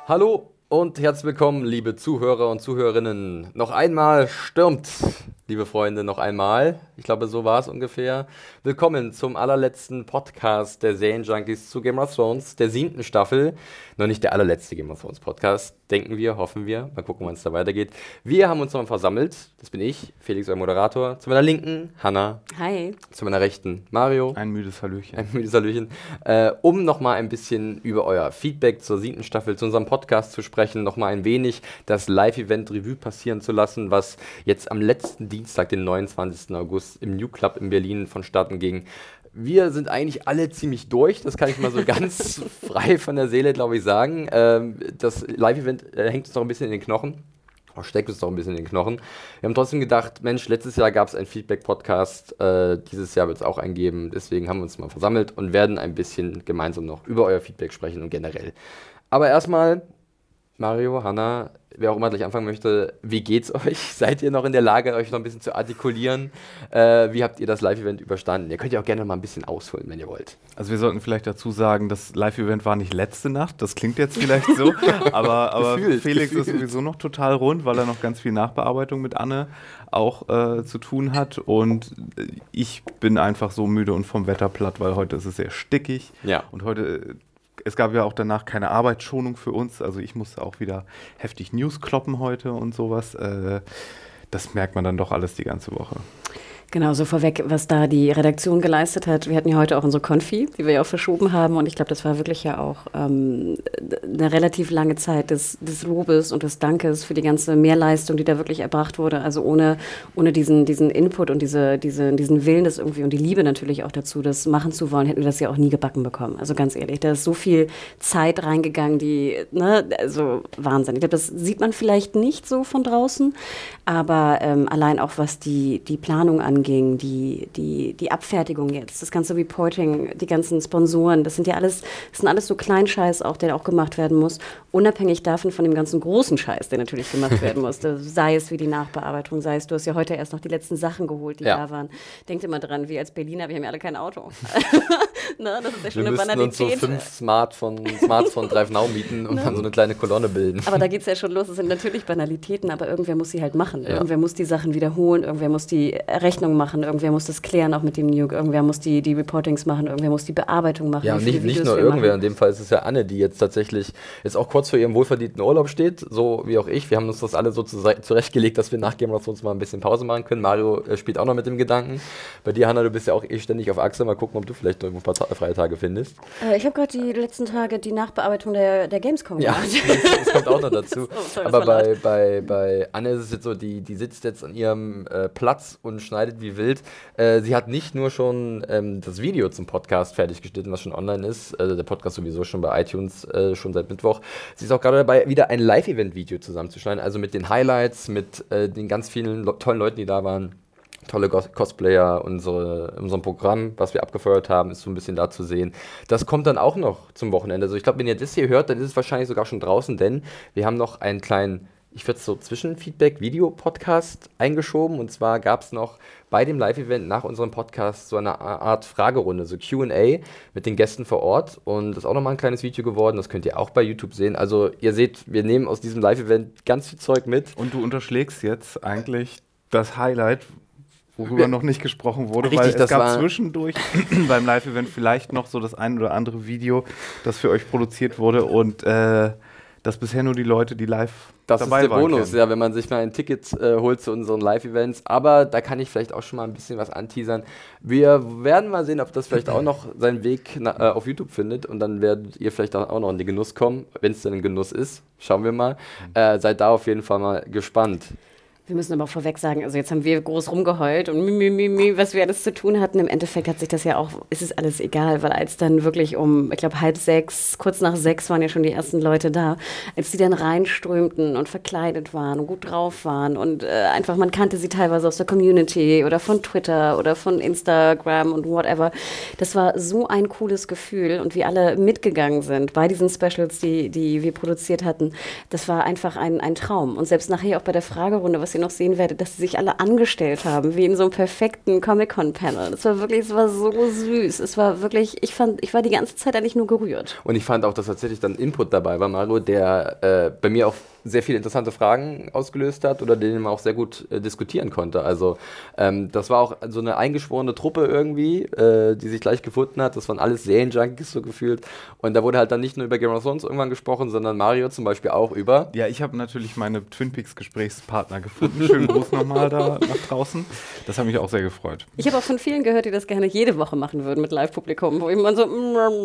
Hallo und herzlich willkommen, liebe Zuhörer und Zuhörerinnen. Noch einmal stürmt, liebe Freunde, noch einmal. Ich glaube, so war es ungefähr. Willkommen zum allerletzten Podcast der Serienjunkies zu Game of Thrones, der 7. Staffel. Noch nicht der allerletzte Game of Thrones Podcast, denken wir, hoffen wir. Mal gucken, wann es da weitergeht. Wir haben uns nochmal versammelt. Das bin ich, Felix, euer Moderator. Zu meiner Linken, Hanna. Hi. Zu meiner Rechten, Mario. Ein müdes Hallöchen. Ein müdes Hallöchen. Um nochmal ein bisschen über euer Feedback zur 7. Staffel, zu unserem Podcast zu sprechen, nochmal ein wenig das Live-Event Revue passieren zu lassen, was jetzt am letzten Dienstag, den 29. August, im New Club in Berlin vonstatten ging. Wir sind eigentlich alle ziemlich durch, das kann ich mal so ganz frei von der Seele, glaube ich, sagen. Das Live-Event hängt uns noch ein bisschen in den Knochen. Steckt uns doch ein bisschen in den Knochen. Wir haben trotzdem gedacht, Mensch, letztes Jahr gab es einen Feedback-Podcast, dieses Jahr wird es auch einen geben. Deswegen haben wir uns mal versammelt und werden ein bisschen gemeinsam noch über euer Feedback sprechen und generell. Aber erstmal, Mario, Hanna, wer auch immer gleich anfangen möchte, wie geht's euch? Seid ihr noch in der Lage, euch noch ein bisschen zu artikulieren? Wie habt ihr das Live-Event überstanden? Ihr könnt ja auch gerne mal ein bisschen ausholen, wenn ihr wollt. Also wir sollten vielleicht dazu sagen, das Live-Event war nicht letzte Nacht, das klingt jetzt vielleicht so, aber Felix ist sowieso noch total rund, weil er noch ganz viel Nachbearbeitung mit Anne auch zu tun hat und ich bin einfach so müde und vom Wetter platt, weil heute ist es sehr stickig und heute... Es gab ja auch danach keine Arbeitsschonung für uns, also ich musste auch wieder heftig News kloppen heute und sowas. Das merkt man dann doch alles die ganze Woche. Genau, so vorweg, was da die Redaktion geleistet hat. Wir hatten ja heute auch unsere Konfi, die wir ja auch verschoben haben. Und ich glaube, das war wirklich ja auch eine relativ lange Zeit des Lobes und des Dankes für die ganze Mehrleistung, die da wirklich erbracht wurde. Also ohne diesen Input und diesen Willen das irgendwie und die Liebe natürlich auch dazu, das machen zu wollen, hätten wir das ja auch nie gebacken bekommen. Also ganz ehrlich, da ist so viel Zeit reingegangen, also Wahnsinn. Ich glaube, das sieht man vielleicht nicht so von draußen, aber allein auch was die Planung angeht, die Abfertigung jetzt, das ganze Reporting, die ganzen Sponsoren, das sind alles so Kleinscheiß auch, der auch gemacht werden muss, unabhängig davon von dem ganzen großen Scheiß, der natürlich gemacht werden muss. Sei es wie die Nachbearbeitung, sei es, du hast ja heute erst noch die letzten Sachen geholt, die da waren. Denkt immer dran, wir als Berliner, wir haben ja alle kein Auto. Ne, das ist ja schon eine Banalität. Wir müssten uns so 5 Smarts von Drive Now mieten und dann so eine kleine Kolonne bilden. Aber da geht es ja schon los, das sind natürlich Banalitäten, aber irgendwer muss sie halt machen. Ja. Irgendwer muss die Sachen wiederholen, irgendwer muss die Rechnung machen, irgendwer muss das klären, auch mit dem Nuke, irgendwer muss die Reportings machen, irgendwer muss die Bearbeitung machen. Ja, nicht nur irgendwer, in dem Fall ist es ja Anne, die jetzt tatsächlich jetzt auch kurz vor ihrem wohlverdienten Urlaub steht, so wie auch ich. Wir haben uns das alle so zurechtgelegt, dass wir nach Game of Thrones mal ein bisschen Pause machen können. Mario spielt auch noch mit dem Gedanken. Bei dir, Hanna, du bist ja auch ständig auf Achse. Mal gucken, ob du vielleicht noch ein paar freie Tage findest. Ich habe gerade die letzten Tage die Nachbearbeitung der Gamescom gemacht. Ja, das kommt auch noch dazu. Aber bei Anne ist es jetzt so, die sitzt jetzt an ihrem Platz und schneidet wie wild. Sie hat nicht nur schon das Video zum Podcast fertig geschnitten, was schon online ist. Der Podcast sowieso schon bei iTunes, schon seit Mittwoch. Sie ist auch gerade dabei, wieder ein Live-Event-Video zusammenzuschneiden. Also mit den Highlights, mit den ganz vielen tollen Leuten, die da waren. Tolle Cosplayer, unserem Programm, was wir abgefeuert haben, ist so ein bisschen da zu sehen. Das kommt dann auch noch zum Wochenende. Also ich glaube, wenn ihr das hier hört, dann ist es wahrscheinlich sogar schon draußen, denn wir haben noch einen kleinen, ich würde es so Zwischenfeedback-Video-Podcast eingeschoben. Und zwar gab es noch bei dem Live-Event nach unserem Podcast so eine Art Fragerunde, so Q&A mit den Gästen vor Ort. Und das ist auch nochmal ein kleines Video geworden, das könnt ihr auch bei YouTube sehen. Also ihr seht, wir nehmen aus diesem Live-Event ganz viel Zeug mit. Und du unterschlägst jetzt eigentlich das Highlight, worüber noch nicht gesprochen wurde, Richtig, weil es gab zwischendurch beim Live-Event vielleicht noch so das ein oder andere Video, das für euch produziert wurde und das bisher nur die Leute, die live dabei waren. Das ist der Bonus, ja, wenn man sich mal ein Ticket holt zu unseren Live-Events. Aber da kann ich vielleicht auch schon mal ein bisschen was anteasern. Wir werden mal sehen, ob das vielleicht auch noch seinen Weg auf YouTube findet und dann werdet ihr vielleicht auch noch in den Genuss kommen, wenn es denn ein Genuss ist. Schauen wir mal. Seid da auf jeden Fall mal gespannt. Wir müssen aber auch vorweg sagen, also jetzt haben wir groß rumgeheult und was wir alles zu tun hatten. Im Endeffekt hat sich das ja auch, ist es alles egal, weil als dann wirklich um, ich glaube 5:30, kurz nach 6 waren ja schon die ersten Leute da, als die dann reinströmten und verkleidet waren und gut drauf waren und einfach, man kannte sie teilweise aus der Community oder von Twitter oder von Instagram und whatever. Das war so ein cooles Gefühl und wie alle mitgegangen sind bei diesen Specials, die wir produziert hatten. Das war einfach ein Traum. Und selbst nachher auch bei der Fragerunde, was ihr noch sehen werdet, dass sie sich alle angestellt haben, wie in so einem perfekten Comic-Con-Panel. Es war so süß. Es war wirklich, ich war die ganze Zeit eigentlich nur gerührt. Und ich fand auch, dass tatsächlich dann Input dabei war, Mario, der bei mir auch sehr viele interessante Fragen ausgelöst hat oder denen man auch sehr gut diskutieren konnte. Also das war auch so eine eingeschworene Truppe irgendwie, die sich gleich gefunden hat. Das waren alles Serienjunkies so gefühlt. Und da wurde halt dann nicht nur über Game of Thrones irgendwann gesprochen, sondern Mario zum Beispiel auch über... Ja, ich habe natürlich meine Twin Peaks Gesprächspartner gefunden. Schönen Gruß nochmal da nach draußen. Das hat mich auch sehr gefreut. Ich habe auch von vielen gehört, die das gerne jede Woche machen würden mit Live-Publikum, wo jemand so...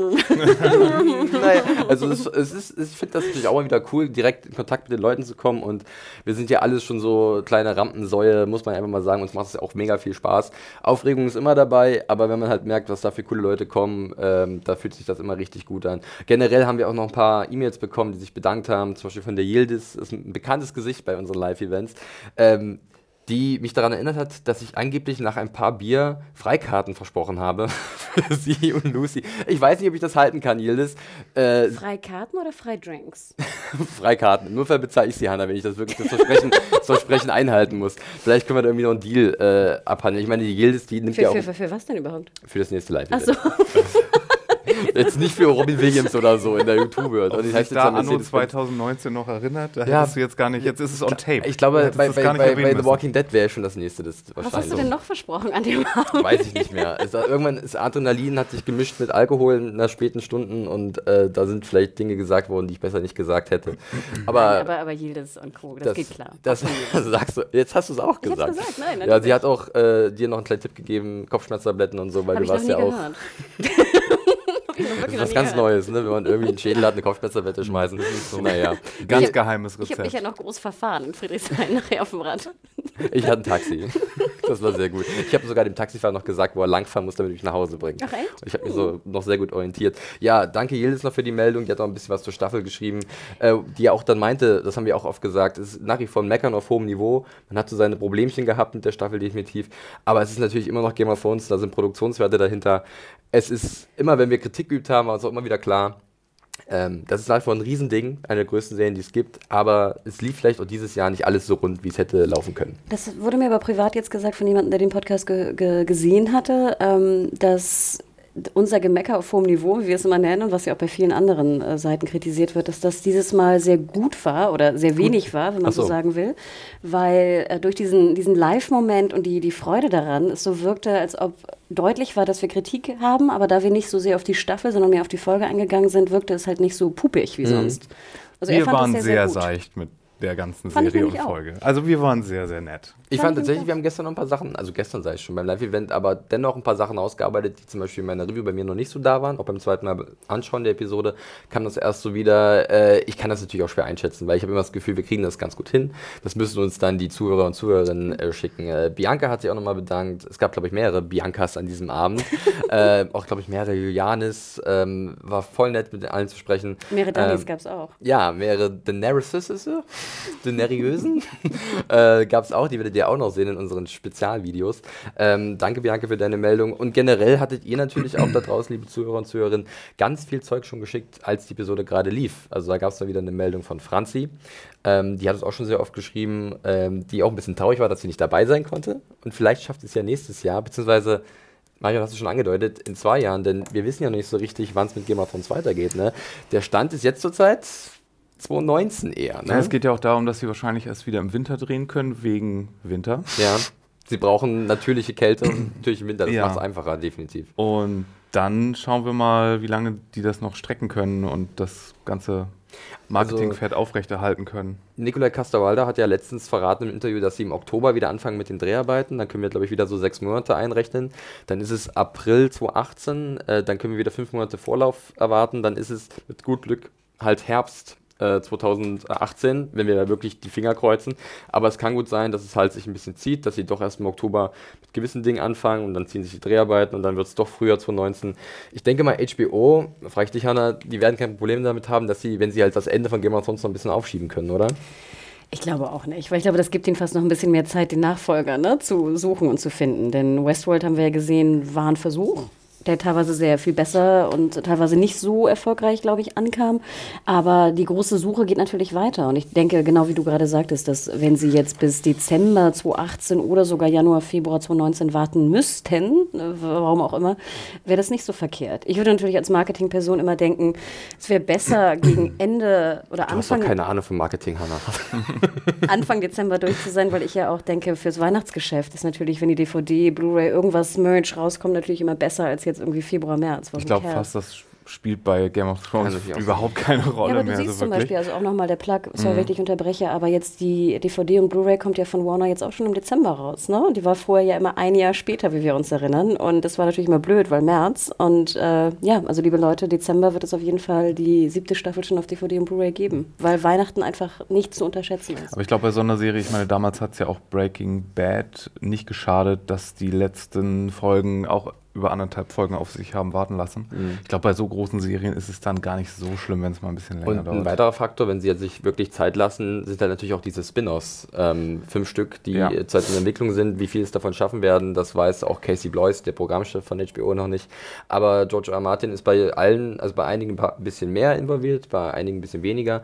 Naja, also ich finde das natürlich auch mal wieder cool, direkt in Kontakt mit den Leuten zu kommen, und wir sind ja alles schon so kleine Rampensäue, muss man einfach mal sagen, uns macht es ja auch mega viel Spaß. Aufregung ist immer dabei, aber wenn man halt merkt, was da für coole Leute kommen, da fühlt sich das immer richtig gut an. Generell haben wir auch noch ein paar E-Mails bekommen, die sich bedankt haben, zum Beispiel von der Yildiz, ist ein bekanntes Gesicht bei unseren Live-Events, die mich daran erinnert hat, dass ich angeblich nach ein paar Bier Freikarten versprochen habe für sie und Lucy. Ich weiß nicht, ob ich das halten kann, Yildiz. Freikarten oder Freidrinks? Freikarten. Im Notfall bezahle ich sie, Hannah, wenn ich das Versprechen einhalten muss. Vielleicht können wir da irgendwie noch einen Deal abhandeln. Ich meine, die Yildiz, die nimmt ja auch... Für was denn überhaupt? Für das nächste Live-Event. Ach so. Jetzt nicht für Robin Williams oder so in der YouTube-Welt. Ob sich da anno 2019 noch erinnert, da hättest du jetzt gar nicht, jetzt ist es on tape. Ich glaube, bei The Walking Dead wäre schon das nächste. Was hast du denn noch versprochen an dem Abend? Weiß ich nicht mehr. Irgendwann ist Adrenalin, hat sich gemischt mit Alkohol in einer späten Stunden, und da sind vielleicht Dinge gesagt worden, die ich besser nicht gesagt hätte. Aber Yildiz und Co., das geht klar. Sagst du, jetzt hast du es auch gesagt. Ich hab's gesagt, nein. Ja, sie hat auch dir noch einen kleinen Tipp gegeben, Kopfschmerztabletten und so, weil du warst ja auch... Das ist was ganz Neues, ne? Wenn man irgendwie einen Schädel hat, eine Kopfschmerztablette schmeißen. Das ist so, naja. Ganz geheimes Rezept. Ich habe mich ja noch groß verfahren in Friedrichshain nachher auf dem Rad. Ich hatte ein Taxi. Das war sehr gut. Ich habe sogar dem Taxifahrer noch gesagt, wo er langfahren muss, damit er mich nach Hause bringt. Ach echt? Ich habe mich so noch sehr gut orientiert. Ja, danke Yildiz noch für die Meldung. Die hat auch ein bisschen was zur Staffel geschrieben. Die ja auch dann meinte, das haben wir auch oft gesagt, es ist nach wie vor ein Meckern auf hohem Niveau. Man hat so seine Problemchen gehabt mit der Staffel definitiv. Aber es ist natürlich immer noch Game of Thrones, da sind Produktionswerte dahinter. Es ist immer, wenn wir Kritik geübt haben, war es auch immer wieder klar, das ist einfach ein Riesending, eine der größten Serien, die es gibt, aber es lief vielleicht auch dieses Jahr nicht alles so rund, wie es hätte laufen können. Das wurde mir aber privat jetzt gesagt von jemandem, der den Podcast gesehen hatte, dass unser Gemecker auf hohem Niveau, wie wir es immer nennen, und was ja auch bei vielen anderen Seiten kritisiert wird, dass das dieses Mal sehr gut war oder sehr wenig war, wenn man so sagen will, weil durch diesen Live-Moment und die Freude daran es so wirkte, als ob deutlich war, dass wir Kritik haben, aber da wir nicht so sehr auf die Staffel, sondern mehr auf die Folge eingegangen sind, wirkte es halt nicht so pupig wie sonst. Also wir waren sehr seicht mit der ganzen Serie und Folge. Also wir waren sehr, sehr nett. Ich fand tatsächlich, wir haben gestern noch ein paar Sachen, also gestern sei es schon beim Live-Event, aber dennoch ein paar Sachen ausgearbeitet, die zum Beispiel in meiner Review bei mir noch nicht so da waren. Auch beim zweiten Mal anschauen der Episode kam das erst so wieder. Ich kann das natürlich auch schwer einschätzen, weil ich habe immer das Gefühl, wir kriegen das ganz gut hin. Das müssen uns dann die Zuhörer und Zuhörerinnen schicken. Bianca hat sich auch nochmal bedankt. Es gab, glaube ich, mehrere Biancas an diesem Abend. Auch, glaube ich, mehrere Julianis. War voll nett, mit allen zu sprechen. Mehrere Danis gab es auch. Ja, mehrere Daenerysösen gab es auch, die werdet ihr auch noch sehen in unseren Spezialvideos. Danke, Bianca, für deine Meldung. Und generell hattet ihr natürlich auch da draußen, liebe Zuhörer und Zuhörerinnen, ganz viel Zeug schon geschickt, als die Episode gerade lief. Also da gab es dann wieder eine Meldung von Franzi. Die hat es auch schon sehr oft geschrieben, die auch ein bisschen traurig war, dass sie nicht dabei sein konnte. Und vielleicht schafft es ja nächstes Jahr, beziehungsweise Marion, hast du schon angedeutet, in 2 Jahren, denn wir wissen ja noch nicht so richtig, wann es mit Game of Thrones weitergeht. Ne? Der Stand ist jetzt zurzeit 2019 eher. Ne? Ja, es geht ja auch darum, dass sie wahrscheinlich erst wieder im Winter drehen können, wegen Winter. Ja, sie brauchen natürliche Kälte und natürlichen Winter, das macht es einfacher, definitiv. Und dann schauen wir mal, wie lange die das noch strecken können und das ganze Marketingpferd aufrechterhalten können. Nikolai Coster-Waldau hat ja letztens verraten im Interview, dass sie im Oktober wieder anfangen mit den Dreharbeiten. Dann können wir, glaube ich, wieder so 6 Monate einrechnen. Dann ist es April 2018. Dann können wir wieder 5 Monate Vorlauf erwarten. Dann ist es mit gut Glück halt Herbst 2018, wenn wir da wirklich die Finger kreuzen. Aber es kann gut sein, dass es halt sich ein bisschen zieht, dass sie doch erst im Oktober mit gewissen Dingen anfangen und dann ziehen sich die Dreharbeiten und dann wird es doch früher 2019. Ich denke mal, HBO, frage ich dich, Hannah, die werden kein Problem damit haben, dass sie, wenn sie halt das Ende von Game of Thrones noch ein bisschen aufschieben können, oder? Ich glaube auch nicht, weil ich glaube, das gibt ihnen fast noch ein bisschen mehr Zeit, den Nachfolger zu suchen und zu finden. Denn Westworld, haben wir ja gesehen, war ein Versuch. der teilweise sehr viel besser und teilweise nicht so erfolgreich, glaube ich, ankam. Aber die große Suche geht natürlich weiter. Und ich denke, genau wie du gerade sagtest, dass wenn sie jetzt bis Dezember 2018 oder sogar Januar, Februar 2019 warten müssten, warum auch immer, wäre das nicht so verkehrt. Ich würde natürlich als Marketingperson immer denken, es wäre besser gegen Ende oder Du Anfang... hast doch keine Ahnung von Marketing, Hannah. Anfang Dezember durch zu sein, weil ich ja auch denke, fürs Weihnachtsgeschäft ist natürlich, wenn die DVD, Blu-ray, irgendwas Merch rauskommt, natürlich immer besser als jetzt irgendwie Februar, März. Ich glaube fast, das spielt bei Game of Thrones überhaupt keine Rolle mehr. Ja, aber du siehst zum Beispiel, also auch nochmal der Plug, sorry, wenn ich dich unterbreche, aber jetzt die DVD und Blu-ray kommt ja von Warner jetzt auch schon im Dezember raus, ne? Die war vorher ja immer ein Jahr später, wie wir uns erinnern, und das war natürlich immer blöd, weil März und ja, also liebe Leute, Dezember wird es auf jeden Fall die 7. Staffel schon auf DVD und Blu-ray geben, weil Weihnachten einfach nicht zu unterschätzen ist. Aber ich glaube, bei so einer Serie, ich meine, damals hat es ja auch Breaking Bad nicht geschadet, dass die letzten Folgen auch über 1,5 Folgen auf sich haben warten lassen. Ich glaube, bei so großen Serien ist es dann gar nicht so schlimm, wenn es mal ein bisschen länger dauert. Und ein weiterer Faktor, wenn sie sich wirklich Zeit lassen, sind dann natürlich auch diese Spin-offs. 5 Stück, die zurzeit in Entwicklung sind. Wie viel es davon schaffen werden, das weiß auch Casey Bloys, der Programmchef von HBO, noch nicht. Aber George R. R. Martin ist bei allen, also bei einigen ein bisschen mehr involviert, bei einigen ein bisschen weniger.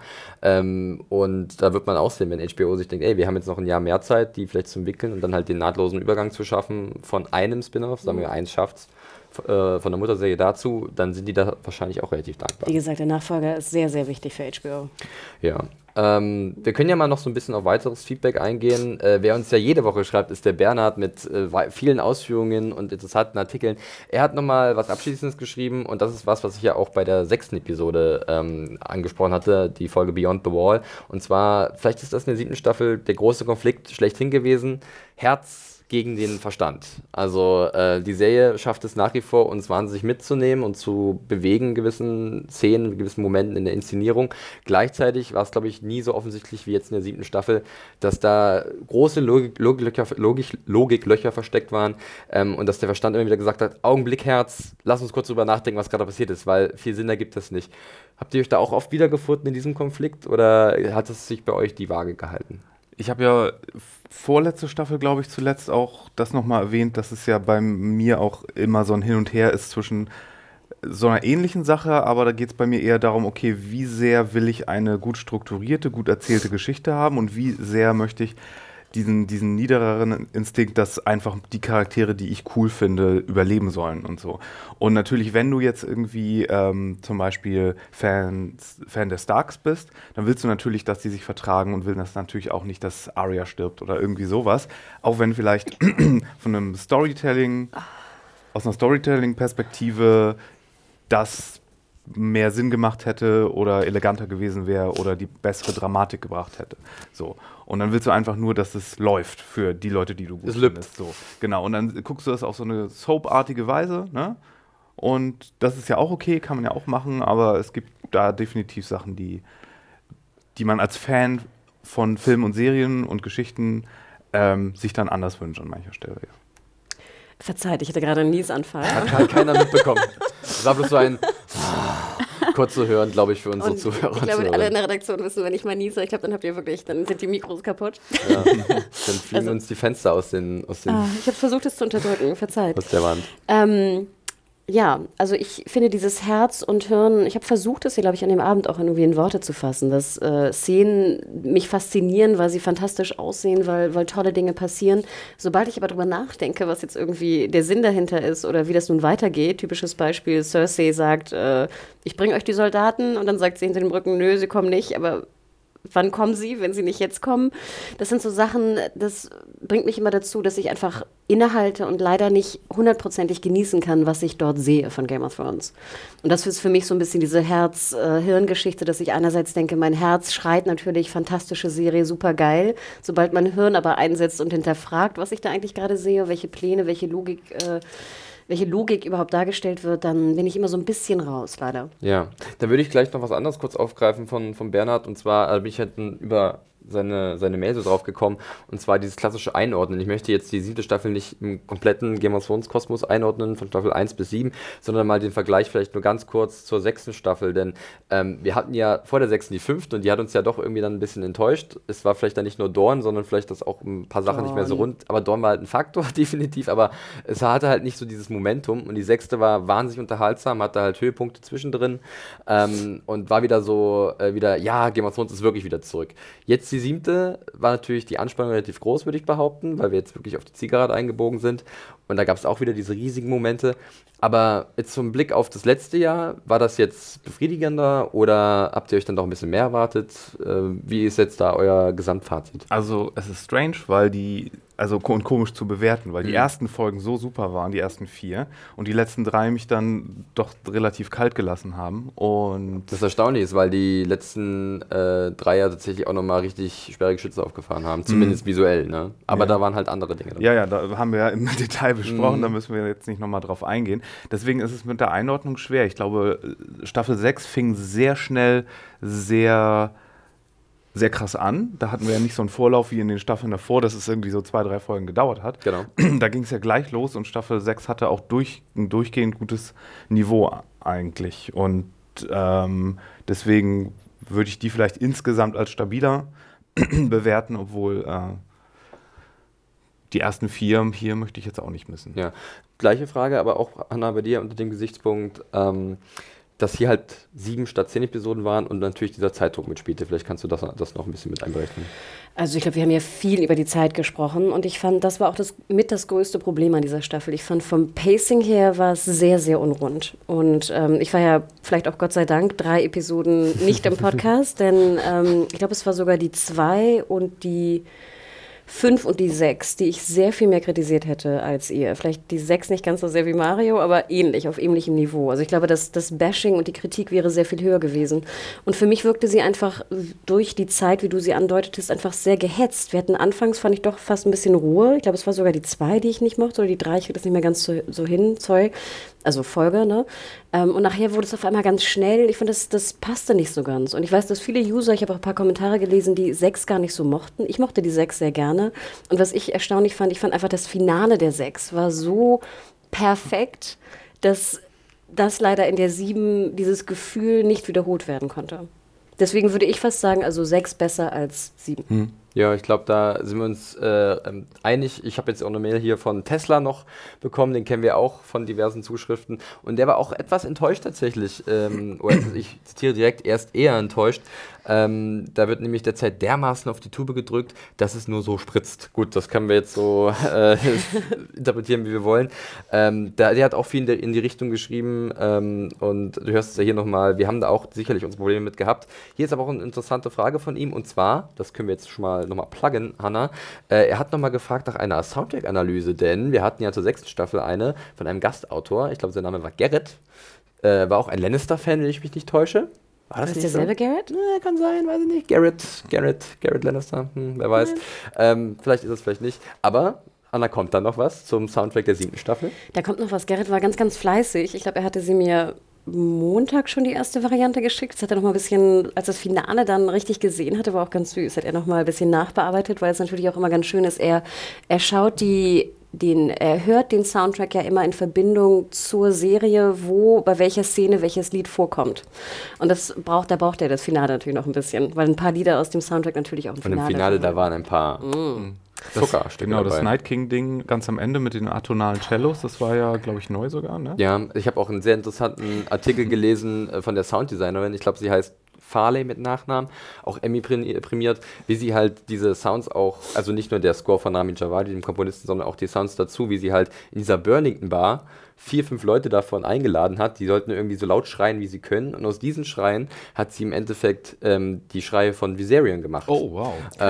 Und da wird man auch sehen, wenn HBO sich denkt, ey, wir haben jetzt noch ein Jahr mehr Zeit, die vielleicht zu entwickeln und dann halt den nahtlosen Übergang zu schaffen von einem Spin-off, sagen wir 1 schafft's, von der Mutterserie dazu, dann sind die da wahrscheinlich auch relativ dankbar. Wie gesagt, der Nachfolger ist sehr, sehr wichtig für HBO. Ja. Wir können ja mal noch so ein bisschen auf weiteres Feedback eingehen. Wer uns ja jede Woche schreibt, ist der Bernhard mit vielen Ausführungen und interessanten Artikeln. Er hat nochmal was Abschließendes geschrieben und das ist was ich ja auch bei der 6. Episode angesprochen hatte, die Folge Beyond the Wall. Und zwar, vielleicht ist das in der 7. Staffel der große Konflikt schlechthin gewesen. Herz gegen den Verstand. Also die Serie schafft es nach wie vor, uns wahnsinnig mitzunehmen und zu bewegen in gewissen Szenen, in gewissen Momenten in der Inszenierung. Gleichzeitig war es, glaube ich, nie so offensichtlich wie jetzt in der 7. Staffel, dass da große Logiklöcher versteckt waren und dass der Verstand immer wieder gesagt hat, Augenblick, Herz, lass uns kurz drüber nachdenken, was gerade passiert ist, weil viel Sinn ergibt das nicht. Habt ihr euch da auch oft wiedergefunden in diesem Konflikt oder hat es sich bei euch die Waage gehalten? Ich habe ja vorletzte Staffel, glaube ich, zuletzt auch das nochmal erwähnt, dass es ja bei mir auch immer so ein Hin und Her ist zwischen so einer ähnlichen Sache, aber da geht es bei mir eher darum, okay, wie sehr will ich eine gut strukturierte, gut erzählte Geschichte haben und wie sehr möchte ich diesen niedereren Instinkt, dass einfach die Charaktere, die ich cool finde, überleben sollen und so. Und natürlich, wenn du jetzt irgendwie zum Beispiel Fan der Starks bist, dann willst du natürlich, dass die sich vertragen und willst das natürlich auch nicht, dass Arya stirbt oder irgendwie sowas. Auch wenn vielleicht von einem aus einer Storytelling-Perspektive das mehr Sinn gemacht hätte oder eleganter gewesen wäre oder die bessere Dramatik gebracht hätte. So. Und dann willst du einfach nur, dass es läuft für die Leute, die du gut findest. So. Genau. Und dann guckst du das auf so eine Soap-artige Weise, ne? Und das ist ja auch okay, kann man ja auch machen, aber es gibt da definitiv Sachen, die man als Fan von Filmen und Serien und Geschichten sich dann anders wünscht an mancher Stelle. Ja. Verzeiht, ich hatte gerade einen Niesanfall. Hat keiner mitbekommen. Das war bloß so ein kurz zu hören, glaube ich, für unsere Zuhörer. Ich glaube, alle in der Redaktion wissen, wenn ich mal niese, ich glaube, dann habt ihr wirklich, dann sind die Mikros kaputt. Ja, dann fliegen uns die Fenster aus den ich habe versucht, es zu unterdrücken, verzeiht. Aus der Wand. Ja, also ich finde dieses Herz und Hirn, ich habe versucht, es hier, glaube ich, an dem Abend auch irgendwie in Worte zu fassen, dass Szenen mich faszinieren, weil sie fantastisch aussehen, weil tolle Dinge passieren. Sobald ich aber drüber nachdenke, was jetzt irgendwie der Sinn dahinter ist oder wie das nun weitergeht, typisches Beispiel, Cersei sagt, ich bringe euch die Soldaten und dann sagt sie hinter dem Rücken, nö, sie kommen nicht, aber wann kommen sie, wenn sie nicht jetzt kommen? Das sind so Sachen, das bringt mich immer dazu, dass ich einfach innehalte und leider nicht 100%ig genießen kann, was ich dort sehe von Game of Thrones. Und das ist für mich so ein bisschen diese Herz-Hirn-Geschichte, dass ich einerseits denke, mein Herz schreit natürlich, fantastische Serie, super geil. Sobald mein Hirn aber einsetzt und hinterfragt, was ich da eigentlich gerade sehe, welche Pläne, welche Logik überhaupt dargestellt wird, dann bin ich immer so ein bisschen raus, leider. Ja, dann würde ich gleich noch was anderes kurz aufgreifen von Bernhard. Und zwar bin ich halt über seine Mail so drauf gekommen, und zwar dieses klassische Einordnen. Ich möchte jetzt die 7. Staffel nicht im kompletten Game of Thrones Kosmos einordnen, von Staffel 1 bis 7, sondern mal den Vergleich vielleicht nur ganz kurz zur 6. Staffel, denn wir hatten ja vor der 6. die 5. und die hat uns ja doch irgendwie dann ein bisschen enttäuscht. Es war vielleicht dann nicht nur Dorn, sondern vielleicht das auch ein paar Sachen nicht mehr so rund, aber Dorn war halt ein Faktor, definitiv, aber es hatte halt nicht so dieses Momentum, und die 6. war wahnsinnig unterhaltsam, hatte halt Höhepunkte zwischendrin und war wieder so, ja, Game of Thrones ist wirklich wieder zurück. Jetzt die 7. war natürlich die Anspannung relativ groß, würde ich behaupten, weil wir jetzt wirklich auf die Zielgerade eingebogen sind, und da gab es auch wieder diese riesigen Momente. Aber jetzt zum Blick auf das letzte Jahr, war das jetzt befriedigender oder habt ihr euch dann doch ein bisschen mehr erwartet? Wie ist jetzt da euer Gesamtfazit? Also es ist strange, weil und komisch zu bewerten, weil die ersten Folgen so super waren, die ersten 4, und die letzten 3 mich dann doch relativ kalt gelassen haben. Und das erstaunlich ist, weil die letzten 3 ja tatsächlich auch nochmal richtig sperrige Schütze aufgefahren haben, zumindest visuell, ne? Aber da waren halt andere Dinge dabei. Ja, da haben wir ja im Detail besprochen, da müssen wir jetzt nicht nochmal drauf eingehen. Deswegen ist es mit der Einordnung schwer. Ich glaube, Staffel 6 fing sehr schnell sehr krass an. Da hatten wir ja nicht so einen Vorlauf wie in den Staffeln davor, dass es irgendwie so 2, 3 Folgen gedauert hat. Genau. Da ging es ja gleich los, und Staffel 6 hatte auch ein durchgehend gutes Niveau eigentlich. Und deswegen würde ich die vielleicht insgesamt als stabiler bewerten, obwohl die ersten 4 hier möchte ich jetzt auch nicht missen. Ja, gleiche Frage, aber auch, Hanna, bei dir unter dem Gesichtspunkt, dass hier halt 7 statt 10 Episoden waren und natürlich dieser Zeitdruck mitspielte. Vielleicht kannst du das noch ein bisschen mit einberechnen. Also ich glaube, wir haben ja viel über die Zeit gesprochen, und ich fand, das war auch das größte Problem an dieser Staffel. Ich fand, vom Pacing her war es sehr, sehr unrund. Und ich war ja vielleicht auch Gott sei Dank 3 Episoden nicht im Podcast, denn ich glaube, es war sogar die 2 und die 5 und die 6, die ich sehr viel mehr kritisiert hätte als ihr. Vielleicht die 6 nicht ganz so sehr wie Mario, aber ähnlich, auf ähnlichem Niveau. Also ich glaube, das Bashing und die Kritik wäre sehr viel höher gewesen. Und für mich wirkte sie einfach durch die Zeit, wie du sie andeutetest, einfach sehr gehetzt. Wir hatten anfangs, fand ich, doch fast ein bisschen Ruhe. Ich glaube, es war sogar die 2, die ich nicht mochte, oder die 3, ich kriege das nicht mehr ganz so hin, also Folge, ne? Und nachher wurde es auf einmal ganz schnell. Ich finde, das passte nicht so ganz. Und ich weiß, dass viele User, ich habe auch ein paar Kommentare gelesen, die 6 gar nicht so mochten. Ich mochte die 6 sehr gerne. Und was ich erstaunlich fand, ich fand einfach, das Finale der 6 war so perfekt, dass das leider in der 7 dieses Gefühl nicht wiederholt werden konnte. Deswegen würde ich fast sagen, also 6 besser als 7. Ja, ich glaube, da sind wir uns einig. Ich habe jetzt auch eine Mail hier von Tesla noch bekommen, den kennen wir auch von diversen Zuschriften. Und der war auch etwas enttäuscht tatsächlich. Oder ich zitiere direkt, er ist eher enttäuscht. Da wird nämlich derzeit dermaßen auf die Tube gedrückt, dass es nur so spritzt. Gut, das können wir jetzt so interpretieren, wie wir wollen. Der hat auch viel in die Richtung geschrieben. Und du hörst es ja hier nochmal, wir haben da auch sicherlich unsere Probleme mit gehabt. Hier ist aber auch eine interessante Frage von ihm. Und zwar, das können wir jetzt schon mal nochmal pluggen, Hanna. Er hat nochmal gefragt nach einer Soundtrack-Analyse, denn wir hatten ja zur 6. Staffel eine von einem Gastautor. Ich glaube, sein Name war Garrett. War auch ein Lannister-Fan, wenn ich mich nicht täusche. War das derselbe so? Garrett? Kann sein, weiß ich nicht. Garrett Lannister, wer weiß. Vielleicht ist es, vielleicht nicht. Aber, Anna, kommt da noch was zum Soundtrack der 7. Staffel? Da kommt noch was. Garrett war ganz, ganz fleißig. Ich glaube, er hatte sie mir Montag schon die erste Variante geschickt. Das hat er noch mal ein bisschen, als das Finale dann richtig gesehen hatte, war auch ganz süß. Hat er noch mal ein bisschen nachbearbeitet, weil es natürlich auch immer ganz schön ist. Er schaut er hört den Soundtrack ja immer in Verbindung zur Serie, bei welcher Szene welches Lied vorkommt. Und da braucht er das Finale natürlich noch ein bisschen, weil ein paar Lieder aus dem Soundtrack natürlich auch im Finale. Und im Finale, da waren ein paar Zuckerstücke dabei. Das Night King-Ding ganz am Ende mit den atonalen Cellos, das war ja, glaube ich, neu sogar, ne? Ja, ich habe auch einen sehr interessanten Artikel gelesen von der Sounddesignerin. Ich glaube, sie heißt Farley mit Nachnamen, auch Emmy prämiert, wie sie halt diese Sounds auch, also nicht nur der Score von Ramin Djawadi, dem Komponisten, sondern auch die Sounds dazu, wie sie halt in dieser Burlington Bar 4, 5 Leute davon eingeladen hat, die sollten irgendwie so laut schreien, wie sie können, und aus diesen Schreien hat sie im Endeffekt die Schreie von Viserion gemacht. Oh, wow.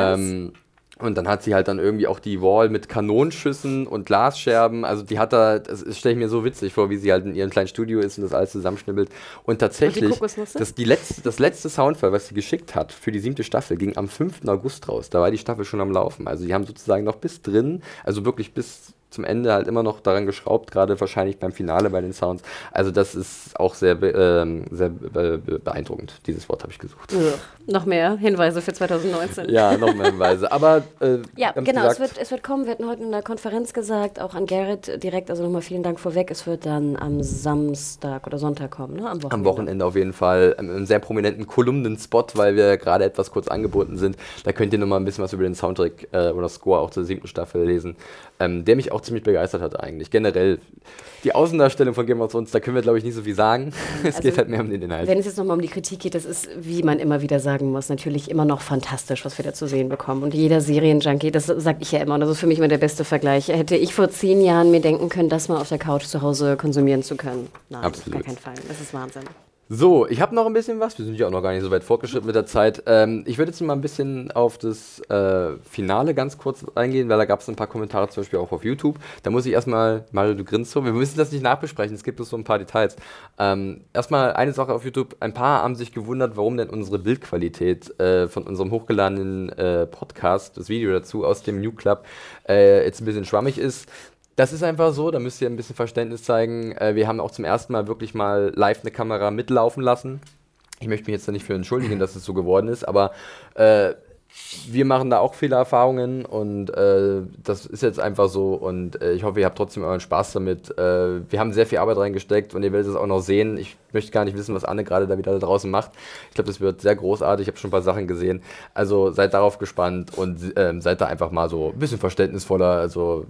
Und dann hat sie halt dann irgendwie auch die Wall mit Kanonenschüssen und Glasscherben, also die hat da, das stelle ich mir so witzig vor, wie sie halt in ihrem kleinen Studio ist und das alles zusammenschnibbelt. Und tatsächlich, das letzte Soundfile, was sie geschickt hat für die 7. Staffel, ging am 5. August raus. Da war die Staffel schon am Laufen. Also die haben sozusagen noch bis drin, also wirklich bis zum Ende halt immer noch daran geschraubt, gerade wahrscheinlich beim Finale bei den Sounds. Also das ist auch sehr beeindruckend. Dieses Wort habe ich gesucht. Noch mehr Hinweise für 2019. Ja, noch mehr Hinweise. Aber ja, genau, es wird kommen. Wir hatten heute in der Konferenz gesagt, auch an Gerrit direkt, also nochmal vielen Dank vorweg. Es wird dann am Samstag oder Sonntag kommen, ne? Am Wochenende auf jeden Fall. Einen sehr prominenten Kolumnen-Spot, weil wir gerade etwas kurz angeboten sind. Da könnt ihr nochmal ein bisschen was über den Soundtrack oder Score auch zur 7. Staffel lesen, der mich auch ziemlich begeistert hat eigentlich. Generell die Außendarstellung von Game of Thrones, da können wir glaube ich nicht so viel sagen. Es geht halt mehr um den Inhalt. Wenn es jetzt nochmal um die Kritik geht, das ist, wie man immer wieder sagen muss, natürlich immer noch fantastisch, was wir da zu sehen bekommen. Und jeder Serienjunkie, das sage ich ja immer, und das ist für mich immer der beste Vergleich. Hätte ich vor 10 Jahren mir denken können, das mal auf der Couch zu Hause konsumieren zu können. Nein, absolut. Gar keinen Fall. Das ist Wahnsinn. So, ich habe noch ein bisschen was. Wir sind ja auch noch gar nicht so weit fortgeschritten mit der Zeit. Ich würde jetzt mal ein bisschen auf das Finale ganz kurz eingehen, weil da gab es ein paar Kommentare zum Beispiel auch auf YouTube. Da muss ich erstmal, Mario, du grinst so, wir müssen das nicht nachbesprechen, es gibt bloß so ein paar Details. Erstmal eine Sache auf YouTube, ein paar haben sich gewundert, warum denn unsere Bildqualität von unserem hochgeladenen Podcast, das Video dazu aus dem New Club, jetzt ein bisschen schwammig ist. Das ist einfach so, da müsst ihr ein bisschen Verständnis zeigen. Wir haben auch zum ersten Mal wirklich mal live eine Kamera mitlaufen lassen. Ich möchte mich jetzt da nicht für entschuldigen, dass es so geworden ist, aber wir machen da auch viele Erfahrungen und das ist jetzt einfach so und ich hoffe, ihr habt trotzdem euren Spaß damit. Wir haben sehr viel Arbeit reingesteckt und ihr werdet es auch noch sehen. Ich möchte gar nicht wissen, was Anne gerade da wieder da draußen macht. Ich glaube, das wird sehr großartig. Ich habe schon ein paar Sachen gesehen. Also seid darauf gespannt und seid da einfach mal so ein bisschen verständnisvoller. Also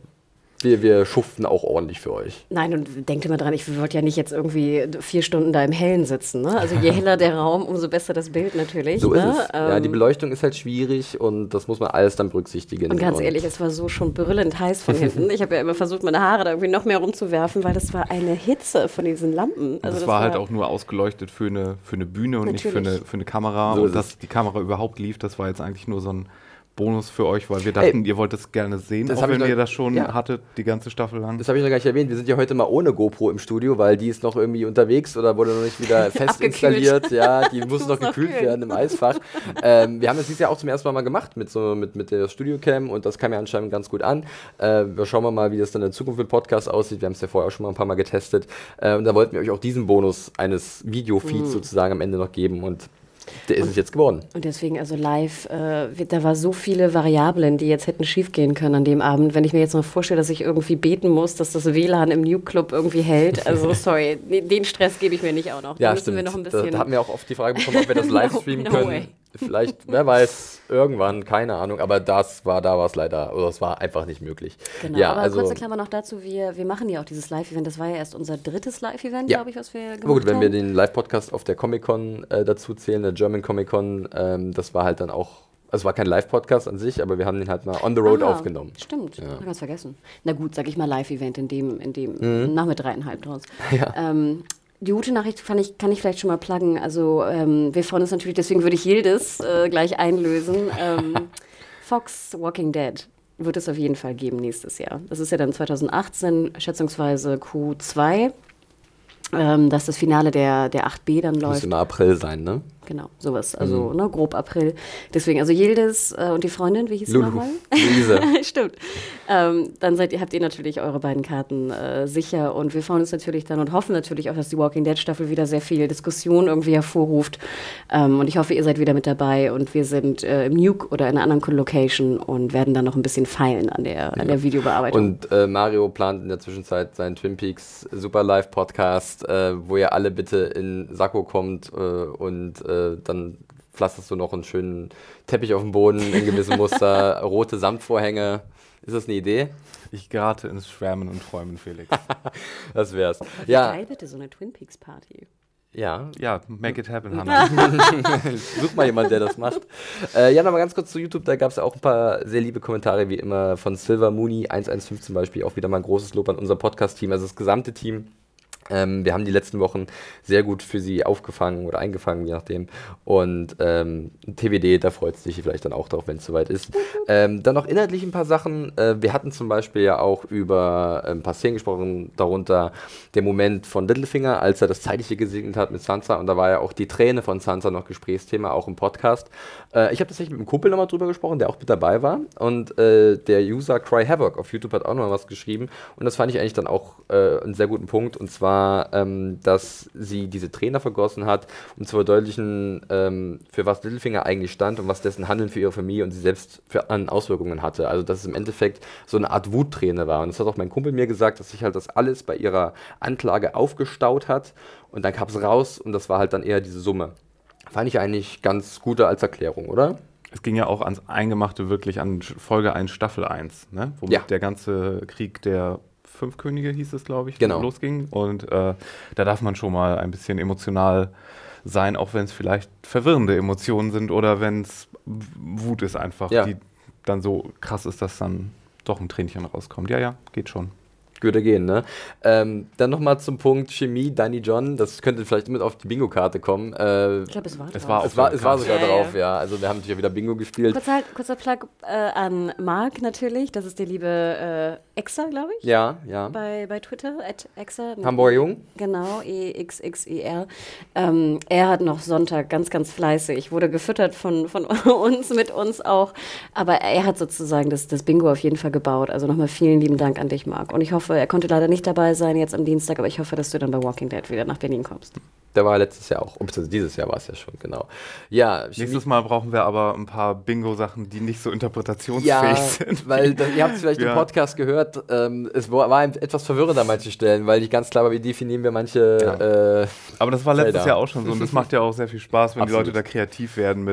wir schuften auch ordentlich für euch. Nein, und denkt immer dran, ich wollte ja nicht jetzt irgendwie 4 Stunden da im Hellen sitzen. Ne? Also je heller der Raum, umso besser das Bild natürlich. So ne? ist es. Ja, die Beleuchtung ist halt schwierig und das muss man alles dann berücksichtigen. Und ganz ehrlich, es war so schon brüllend heiß von hinten. Ich habe ja immer versucht, meine Haare da irgendwie noch mehr rumzuwerfen, weil das war eine Hitze von diesen Lampen. Also das war halt auch nur ausgeleuchtet für eine Bühne und nicht für eine Kamera. So und dass die Kamera überhaupt lief, das war jetzt eigentlich nur so ein Bonus für euch, weil wir dachten, ihr wollt es gerne sehen, auch wenn ihr das schon hattet, die ganze Staffel lang. Das habe ich noch gar nicht erwähnt. Wir sind ja heute mal ohne GoPro im Studio, weil die ist noch irgendwie unterwegs oder wurde noch nicht wieder fest installiert. Ja, die muss noch gekühlt werden im Eisfach. Wir haben das dieses Jahr auch zum ersten Mal gemacht mit der Studio-Cam und das kam ja anscheinend ganz gut an. Wir schauen mal, wie das dann in Zukunft mit Podcast aussieht. Wir haben es ja vorher auch schon mal ein paar Mal getestet. Und da wollten wir euch auch diesen Bonus eines Video-Feeds sozusagen am Ende noch geben und der ist es jetzt geworden. Und deswegen, also live, da war so viele Variablen, die jetzt hätten schief gehen können an dem Abend. Wenn ich mir jetzt noch vorstelle, dass ich irgendwie beten muss, dass das WLAN im New Club irgendwie hält. Also sorry, den Stress gebe ich mir nicht auch noch. Ja, stimmt. Wir noch ein bisschen da haben wir auch oft die Frage bekommen, ob wir das live streamen können. Way. Vielleicht, wer weiß, irgendwann, keine Ahnung. Aber da war es leider, oder es war einfach nicht möglich. Genau, ja, aber also, kurze Klammer noch dazu, wir machen ja auch dieses Live-Event. Das war ja erst unser 3. Live-Event, glaube ich, was wir gemacht haben. Gut, wenn wir den Live-Podcast auf der Comic-Con dazu zählen, der German Comic-Con, das war halt dann auch, also es war kein Live-Podcast an sich, aber wir haben den halt mal on the road aufgenommen. Stimmt, ich habe ganz vergessen. Na gut, sag ich mal Live-Event in dem nach mit 3,5 draus. Ja. Die gute Nachricht kann ich vielleicht schon mal pluggen. Also wir freuen uns natürlich, deswegen würde ich Yildiz gleich einlösen. Fox Walking Dead wird es auf jeden Fall geben nächstes Jahr. Das ist ja dann 2018, schätzungsweise Q2. Dass das Finale der 8B dann läuft. Muss im April sein, ne? Genau, sowas, also grob April. Deswegen, also Yildiz und die Freundin, wie hieß sie nochmal? Luise. Stimmt. Dann habt ihr natürlich eure beiden Karten sicher und wir freuen uns natürlich dann und hoffen natürlich auch, dass die Walking Dead Staffel wieder sehr viel Diskussion irgendwie hervorruft und ich hoffe, ihr seid wieder mit dabei und wir sind im Nuke oder in einer anderen Location und werden dann noch ein bisschen feilen an der Videobearbeitung. Und Mario plant in der Zwischenzeit seinen Twin Peaks Super Live Podcast, wo ihr alle bitte in Sakko kommt und dann pflasterst du noch einen schönen Teppich auf dem Boden in gewissem Muster, rote Samtvorhänge. Ist das eine Idee? Ich gerate ins Schwärmen und Träumen, Felix. Das wär's. Wie geil bitte so eine Twin Peaks Party. Ja, make it happen, Hannah. Such mal jemanden, der das macht. Nochmal ganz kurz zu YouTube, da gab es ja auch ein paar sehr liebe Kommentare, wie immer von Silver Mooney 115 zum Beispiel, auch wieder mal ein großes Lob an unser Podcast-Team, also das gesamte Team. Wir haben die letzten Wochen sehr gut für sie aufgefangen oder eingefangen, je nachdem. Und TWD, da freut sie sich vielleicht dann auch drauf, wenn es soweit ist. Dann noch inhaltlich ein paar Sachen. Wir hatten zum Beispiel ja auch über ein paar Szenen gesprochen, darunter der Moment von Littlefinger, als er das Zeitliche gesegnet hat mit Sansa. Und da war ja auch die Träne von Sansa noch Gesprächsthema, auch im Podcast. Ich habe tatsächlich mit einem Kumpel nochmal drüber gesprochen, der auch mit dabei war. Und der User Cry Havoc auf YouTube hat auch noch was geschrieben. Und das fand ich eigentlich dann auch einen sehr guten Punkt. Und zwar dass sie diese Trainer vergossen hat, um zu verdeutlichen, für was Littlefinger eigentlich stand und was dessen Handeln für ihre Familie und sie selbst an Auswirkungen hatte. Also dass es im Endeffekt so eine Art Wutträne war. Und das hat auch mein Kumpel mir gesagt, dass sich halt das alles bei ihrer Anklage aufgestaut hat und dann kam es raus und das war halt dann eher diese Summe. Fand ich eigentlich ganz gut als Erklärung, oder? Es ging ja auch ans Eingemachte wirklich an Folge 1, Staffel 1, ne? Womit der ganze Krieg der 5 Könige hieß es, glaube ich, losging. Und da darf man schon mal ein bisschen emotional sein, auch wenn es vielleicht verwirrende Emotionen sind oder wenn es Wut ist einfach, die dann so krass ist, dass dann doch ein Tränchen rauskommt. Ja, geht schon. Würde gehen, ne? Dann nochmal zum Punkt Chemie, Dani John, das könnte vielleicht mit auf die Bingo-Karte kommen. Ich glaube, es war drauf. Es war sogar drauf, ja. Also wir haben natürlich wieder Bingo gespielt. Kurzer Plug an Marc natürlich, das ist der liebe Exa, glaube ich. Ja. Bei Twitter, @Exa. Hamburger Jung. Genau, EXXER. Er hat noch Sonntag ganz, ganz fleißig, wurde gefüttert von uns, mit uns auch. Aber er hat sozusagen das Bingo auf jeden Fall gebaut. Also nochmal vielen lieben Dank an dich, Marc. Und ich hoffe, er konnte leider nicht dabei sein jetzt am Dienstag, aber ich hoffe, dass du dann bei Walking Dead wieder nach Berlin kommst. Der war letztes Jahr auch, beziehungsweise dieses Jahr war es ja schon, genau. Ja, nächstes Mal brauchen wir aber ein paar Bingo-Sachen, die nicht so interpretationsfähig sind. Weil ihr habt es vielleicht im Podcast gehört, es war etwas verwirrend an manchen Stellen, weil nicht ganz klar war, wie definieren wir manche aber das war letztes Jahr auch schon so und das macht ja auch sehr viel Spaß, wenn die Leute da kreativ werden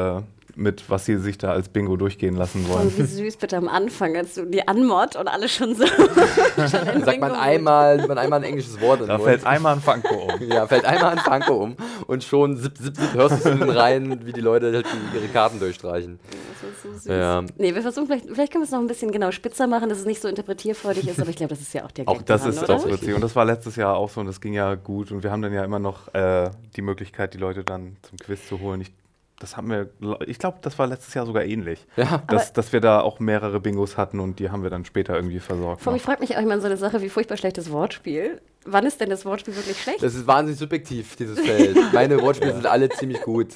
mit was sie sich da als Bingo durchgehen lassen wollen. Und wie süß bitte am Anfang, als du die Anmod und alle schon so. Sagt man einmal ein englisches Wort. Da fällt einmal ein Funko um. Ja, fällt einmal ein Funko um und schon hörst du es in den Reihen, wie die Leute halt ihre Karten durchstreichen. Das ist so süß. Ja. Nee, wir versuchen vielleicht können wir es noch ein bisschen spitzer machen, dass es nicht so interpretierfreudig ist, aber ich glaube, das ist ja auch der Gag. Auch das ist doch witzig und das war letztes Jahr auch so und das ging ja gut und wir haben dann ja immer noch die Möglichkeit, die Leute dann zum Quiz zu holen. Ich glaube, das war letztes Jahr sogar ähnlich, dass wir da auch mehrere Bingos hatten und die haben wir dann später irgendwie versorgt. Ich frage mich auch immer so eine Sache wie furchtbar schlechtes Wortspiel. Wann ist denn das Wortspiel wirklich schlecht? Das ist wahnsinnig subjektiv, dieses Feld. Meine Wortspiele sind alle ziemlich gut.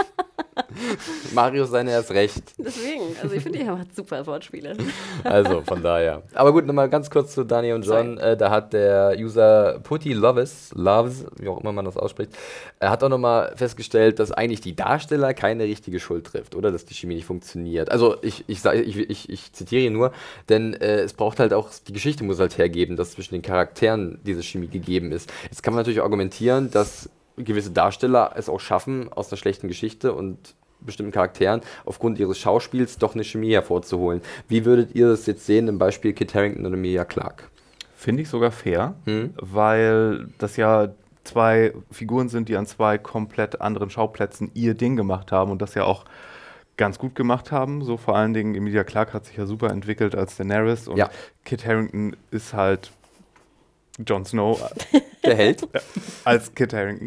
Marius seine erst recht. Deswegen, also ich finde, ihr habt super Wortspiele. Also, von daher. Aber gut, nochmal ganz kurz zu Dani und John. Da hat der User Putty Loves, wie auch immer man das ausspricht, hat auch nochmal festgestellt, dass eigentlich die Darsteller keine richtige Schuld trifft, oder? Dass die Chemie nicht funktioniert. Also, ich zitiere ihn nur, denn es braucht halt auch, die Geschichte muss halt hergeben, dass zwischen den Charakteren diese Chemie gegeben ist. Jetzt kann man natürlich argumentieren, dass gewisse Darsteller es auch schaffen, aus einer schlechten Geschichte und bestimmten Charakteren aufgrund ihres Schauspiels doch eine Chemie hervorzuholen. Wie würdet ihr das jetzt sehen im Beispiel Kit Harington und Emilia Clarke? Finde ich sogar fair, weil das ja 2 Figuren sind, die an 2 komplett anderen Schauplätzen ihr Ding gemacht haben und das ja auch ganz gut gemacht haben. So vor allen Dingen Emilia Clarke hat sich ja super entwickelt als Daenerys und Kit Harington ist halt Jon Snow. Der Held. Als Kit Harington.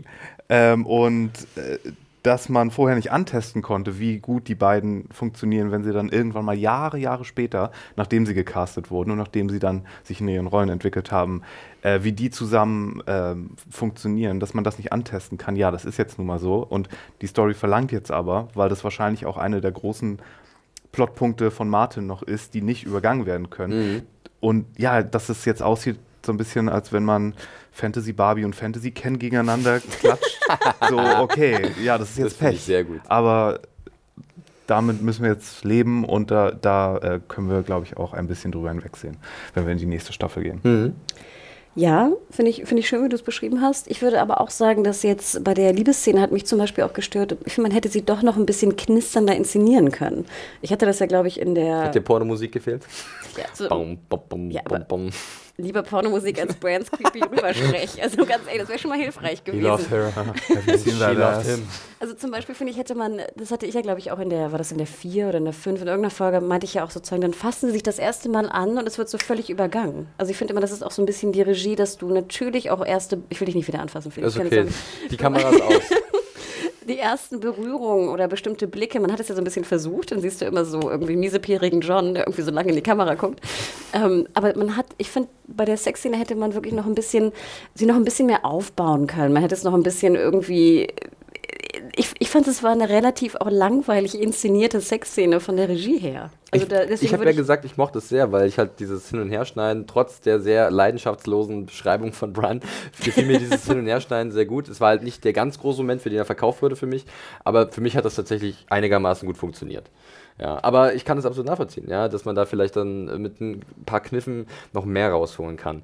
Dass man vorher nicht antesten konnte, wie gut die beiden funktionieren, wenn sie dann irgendwann mal Jahre später, nachdem sie gecastet wurden und nachdem sie dann sich in ihren Rollen entwickelt haben, wie die zusammen funktionieren, dass man das nicht antesten kann. Ja, das ist jetzt nun mal so. Und die Story verlangt jetzt aber, weil das wahrscheinlich auch eine der großen Plotpunkte von Martin noch ist, die nicht übergangen werden können. Mhm. Und ja, dass es jetzt aussieht, so ein bisschen, als wenn man Fantasy Barbie und Fantasy Ken gegeneinander klatscht. So, okay, ja, das ist jetzt Pech. Sehr gut. Aber damit müssen wir jetzt leben und da können wir, glaube ich, auch ein bisschen drüber hinwegsehen, wenn wir in die nächste Staffel gehen. Mhm. Ja, finde ich schön, wie du es beschrieben hast. Ich würde aber auch sagen, dass jetzt bei der Liebesszene hat mich zum Beispiel auch gestört. Ich finde, man hätte sie doch noch ein bisschen knisternder inszenieren können. Ich hatte das ja, glaube ich, in der... Hat dir Pornomusik gefehlt? Ja, so, bum, bum, bum, ja, bum, bum. lieber Pornomusik als Brands creepy rüberspreche. Also ganz ehrlich, das wäre schon mal hilfreich gewesen. He loves her. She loves him. Also zum Beispiel finde ich, hätte man, das hatte ich ja glaube ich auch war das in der 4 oder in der 5, in irgendeiner Folge meinte ich ja auch sozusagen, dann fassen sie sich das erste Mal an und es wird so völlig übergangen. Also ich finde immer, das ist auch so ein bisschen die Regie, dass du natürlich auch ich will dich nicht wieder anfassen, Felix. Das ist okay, die Kamera ist aus. Die ersten Berührungen oder bestimmte Blicke, man hat es ja so ein bisschen versucht, dann siehst du immer so irgendwie miesepierigen John, der irgendwie so lange in die Kamera guckt. Aber ich finde, bei der Sexszene hätte man wirklich sie noch ein bisschen mehr aufbauen können. Man hätte es noch ein bisschen irgendwie, ich fand, es war eine relativ auch langweilig inszenierte Sexszene von der Regie her. Also ich habe ja gesagt, ich mochte es sehr, weil ich halt dieses Hin- und Herschneiden, trotz der sehr leidenschaftslosen Beschreibung von Bran, gefiel mir dieses Hin- und Herschneiden sehr gut. Es war halt nicht der ganz große Moment, für den er verkauft wurde für mich, aber für mich hat das tatsächlich einigermaßen gut funktioniert. Ja, aber ich kann es absolut nachvollziehen, ja, dass man da vielleicht dann mit ein paar Kniffen noch mehr rausholen kann.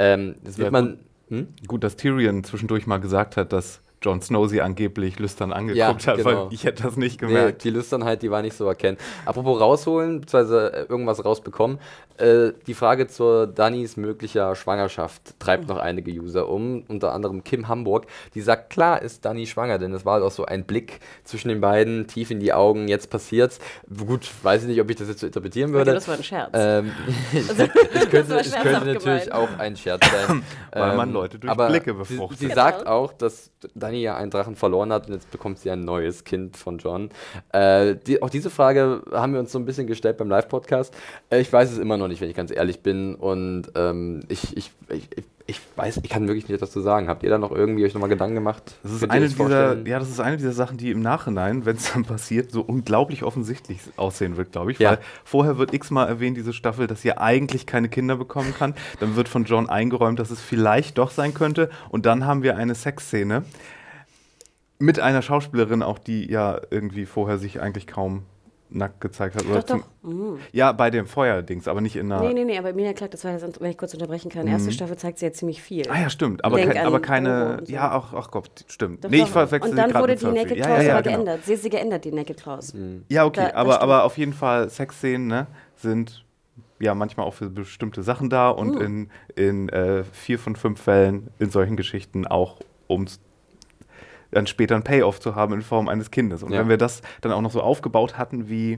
Gut, dass Tyrion zwischendurch mal gesagt hat, dass Jon Snow sie angeblich lüstern angeguckt hat, weil ich hätte das nicht gemerkt. Nee, die Lüsternheit, die war nicht so erkennen. Apropos rausholen, beziehungsweise irgendwas rausbekommen, die Frage zur Dannys möglicher Schwangerschaft treibt noch einige User um, unter anderem Kim Hamburg, die sagt, klar ist Dany schwanger, denn es war halt auch so ein Blick zwischen den beiden, tief in die Augen, jetzt passiert's. Gut, weiß ich nicht, ob ich das jetzt so interpretieren würde. Okay, das war ein Scherz. Es könnte natürlich auch ein Scherz sein. Weil man Leute durch Blicke befruchtet. Sie sagt auch, dass Dany ja einen Drachen verloren hat und jetzt bekommt sie ein neues Kind von Jon. Auch diese Frage haben wir uns so ein bisschen gestellt beim Live-Podcast. Ich weiß es immer noch nicht, wenn ich ganz ehrlich bin. Und ich kann wirklich nicht dazu sagen. Habt ihr da noch irgendwie euch nochmal Gedanken gemacht? Das ist eine dieser Sachen, die im Nachhinein, wenn es dann passiert, so unglaublich offensichtlich aussehen wird, glaube ich. Ja. Weil vorher wird x-mal erwähnt, diese Staffel, dass sie eigentlich keine Kinder bekommen kann. Dann wird von Jon eingeräumt, dass es vielleicht doch sein könnte. Und dann haben wir eine Sexszene mit einer Schauspielerin, auch die ja irgendwie vorher sich eigentlich kaum nackt gezeigt hat. Doch. Ja, bei dem Feuerdings, aber nicht in einer... Nee, aber Emilia Clarke, das war ja, wenn ich kurz unterbrechen kann, erste Staffel zeigt sie ja ziemlich viel. Ah ja, stimmt, aber keine... So. Ja, ach Gott, stimmt. Doch, nee, ich verwechsel und dann wurde die Naked Clause aber genau. geändert. Sie geändert, die Naked Clause. Ja, okay, aber auf jeden Fall Sexszenen sind ja manchmal auch für bestimmte Sachen da und in 4 von 5 Fällen in solchen Geschichten auch dann später einen Payoff zu haben in Form eines Kindes. Und wenn wir das dann auch noch so aufgebaut hatten wie,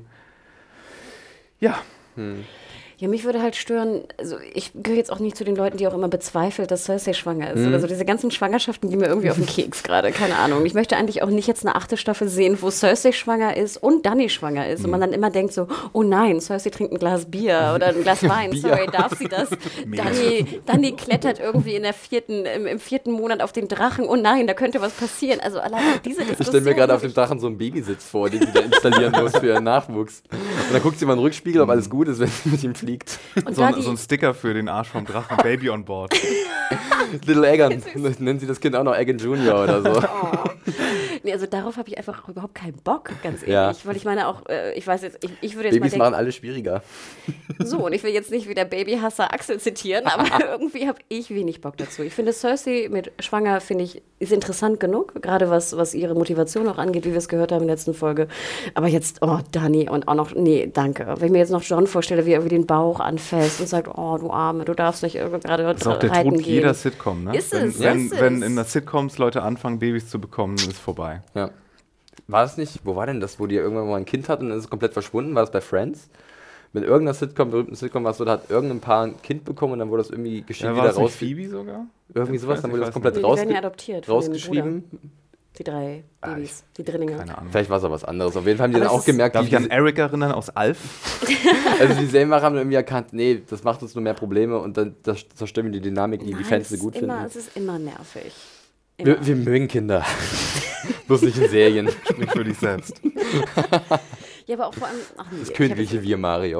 Ja, mich würde halt stören, also ich gehöre jetzt auch nicht zu den Leuten, die auch immer bezweifelt, dass Cersei schwanger ist. Oder so diese ganzen Schwangerschaften gehen mir irgendwie auf den Keks gerade, keine Ahnung. Ich möchte eigentlich auch nicht jetzt eine 8. Staffel sehen, wo Cersei schwanger ist und Dany schwanger ist. Und man dann immer denkt so, oh nein, Cersei trinkt ein Glas Bier oder ein Glas Wein, sorry, darf sie das? Dany klettert irgendwie im 4. Monat auf den Drachen, oh nein, da könnte was passieren. Also allein diese Diskussion. Ich stelle mir gerade auf dem Drachen so einen Babysitz vor, den sie da installieren muss für ihren Nachwuchs. Und dann guckt sie mal in den Rückspiegel, ob alles gut ist, wenn sie mit ihm fliegt. Und so ein Sticker für den Arsch vom Drachen, Baby on board. Little Egan, nennen sie das Kind auch noch Egan Junior oder so. Oh. Nee, also darauf habe ich einfach überhaupt keinen Bock, ganz ehrlich. Weil ich meine auch, ich weiß jetzt, ich würde jetzt Babys mal denken, machen alles schwieriger. So, und ich will jetzt nicht wieder Babyhasser Axel zitieren, aber irgendwie habe ich wenig Bock dazu. Ich finde, Cersei mit Schwanger, finde ich, ist interessant genug, gerade was ihre Motivation auch angeht, wie wir es gehört haben in der letzten Folge. Aber jetzt, Dany und auch noch, nee, danke. Wenn ich mir jetzt noch John vorstelle, wie er irgendwie den Bauch anfasst und sagt, oh, du Arme, du darfst nicht gerade reiten gehen. Das ist auch der Tod jeder Sitcom, ne? Wenn in der Sitcoms Leute anfangen, Babys zu bekommen, ist vorbei. Ja. War das nicht, wo war denn das, wo die irgendwann mal ein Kind hatten und dann ist es komplett verschwunden? War das bei Friends? Mit irgendeiner berühmten Sitcom war es so, da hat irgendein Paar ein Kind bekommen und dann wurde das irgendwie geschickt wieder raus. Phoebe sogar? Irgendwie sowas, dann wurde das komplett rausgeschrieben. Die 3 Babys, die Drillinge. Keine Ahnung. Vielleicht war es auch was anderes. Auf jeden Fall haben die dann auch gemerkt, darf ich an Eric erinnern aus Alf? Also die Serienmacher haben dann irgendwie erkannt, nee, das macht uns nur mehr Probleme und dann zerstören wir die Dynamik, die Fans so gut finden. Es ist immer nervig. Wir mögen Kinder. Bloß nicht in Serien. Sprich für dich selbst. Ja, aber auch vor allem... Das königliche Wir, Mario.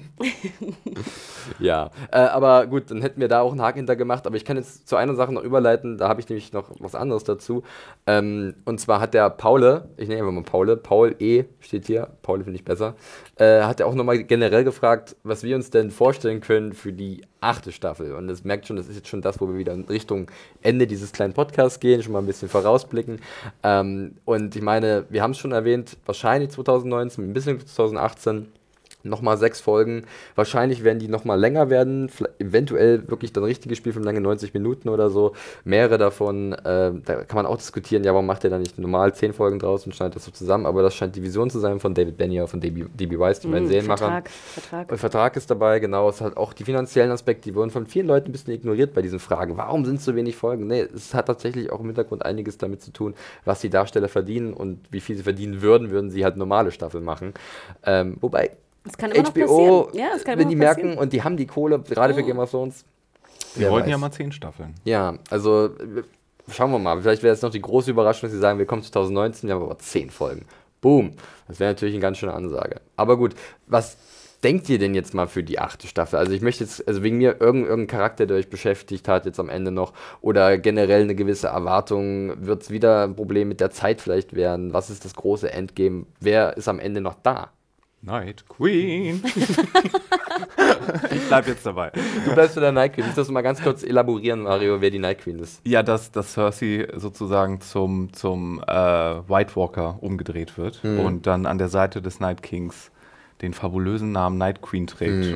Ja, aber gut, dann hätten wir da auch einen Haken hinter gemacht. Aber ich kann jetzt zu einer Sache noch überleiten. Da habe ich nämlich noch was anderes dazu. Und zwar hat der Paul, ich nenne einfach mal Paul E. steht hier, Paul finde ich besser, hat er auch nochmal generell gefragt, was wir uns denn vorstellen können für die 8. Staffel. Und das merkt schon, das ist jetzt schon das, wo wir wieder in Richtung Ende dieses kleinen Podcasts gehen, schon mal ein bisschen vorausblicken. Und ich meine, wir haben es schon erwähnt, wahrscheinlich 2019, ein bisschen 2018. Nochmal 6 Folgen. Wahrscheinlich werden die nochmal länger werden. Eventuell wirklich dann richtige Spielfilmlänge, 90 Minuten oder so. Mehrere davon, da kann man auch diskutieren, ja, warum macht der da nicht normal 10 Folgen draus und schneidet das so zusammen? Aber das scheint die Vision zu sein von David Benioff und D.B. Weiss, die beiden Serienmachern. Vertrag ist dabei, genau. Es ist halt auch die finanziellen Aspekte, die wurden von vielen Leuten ein bisschen ignoriert bei diesen Fragen. Warum sind es so wenig Folgen? Nee, es hat tatsächlich auch im Hintergrund einiges damit zu tun, was die Darsteller verdienen und wie viel sie verdienen würden sie halt normale Staffeln machen. Wobei das kann immer HBO, noch passieren. Ja, das kann wenn die passieren. merken und die haben die Kohle, gerade für Game of Thrones. Wir wollten ja mal 10 Staffeln. Ja, also schauen wir mal. Vielleicht wäre es noch die große Überraschung, dass sie sagen, wir kommen zu 2019, wir haben aber 10 Folgen. Boom. Das wäre natürlich eine ganz schöne Ansage. Aber gut, was denkt ihr denn jetzt mal für die 8. Staffel? Also ich möchte jetzt, also wegen mir irgendein Charakter, der euch beschäftigt hat jetzt am Ende noch oder generell eine gewisse Erwartung, wird es wieder ein Problem mit der Zeit vielleicht werden? Was ist das große Endgame? Wer ist am Ende noch da? Night Queen. Ich bleib jetzt dabei. Du bleibst bei der Night Queen. Willst du das mal ganz kurz elaborieren, Mario, wer die Night Queen ist? Ja, dass Cersei sozusagen zum White Walker umgedreht wird und dann an der Seite des Night Kings den fabulösen Namen Night Queen trägt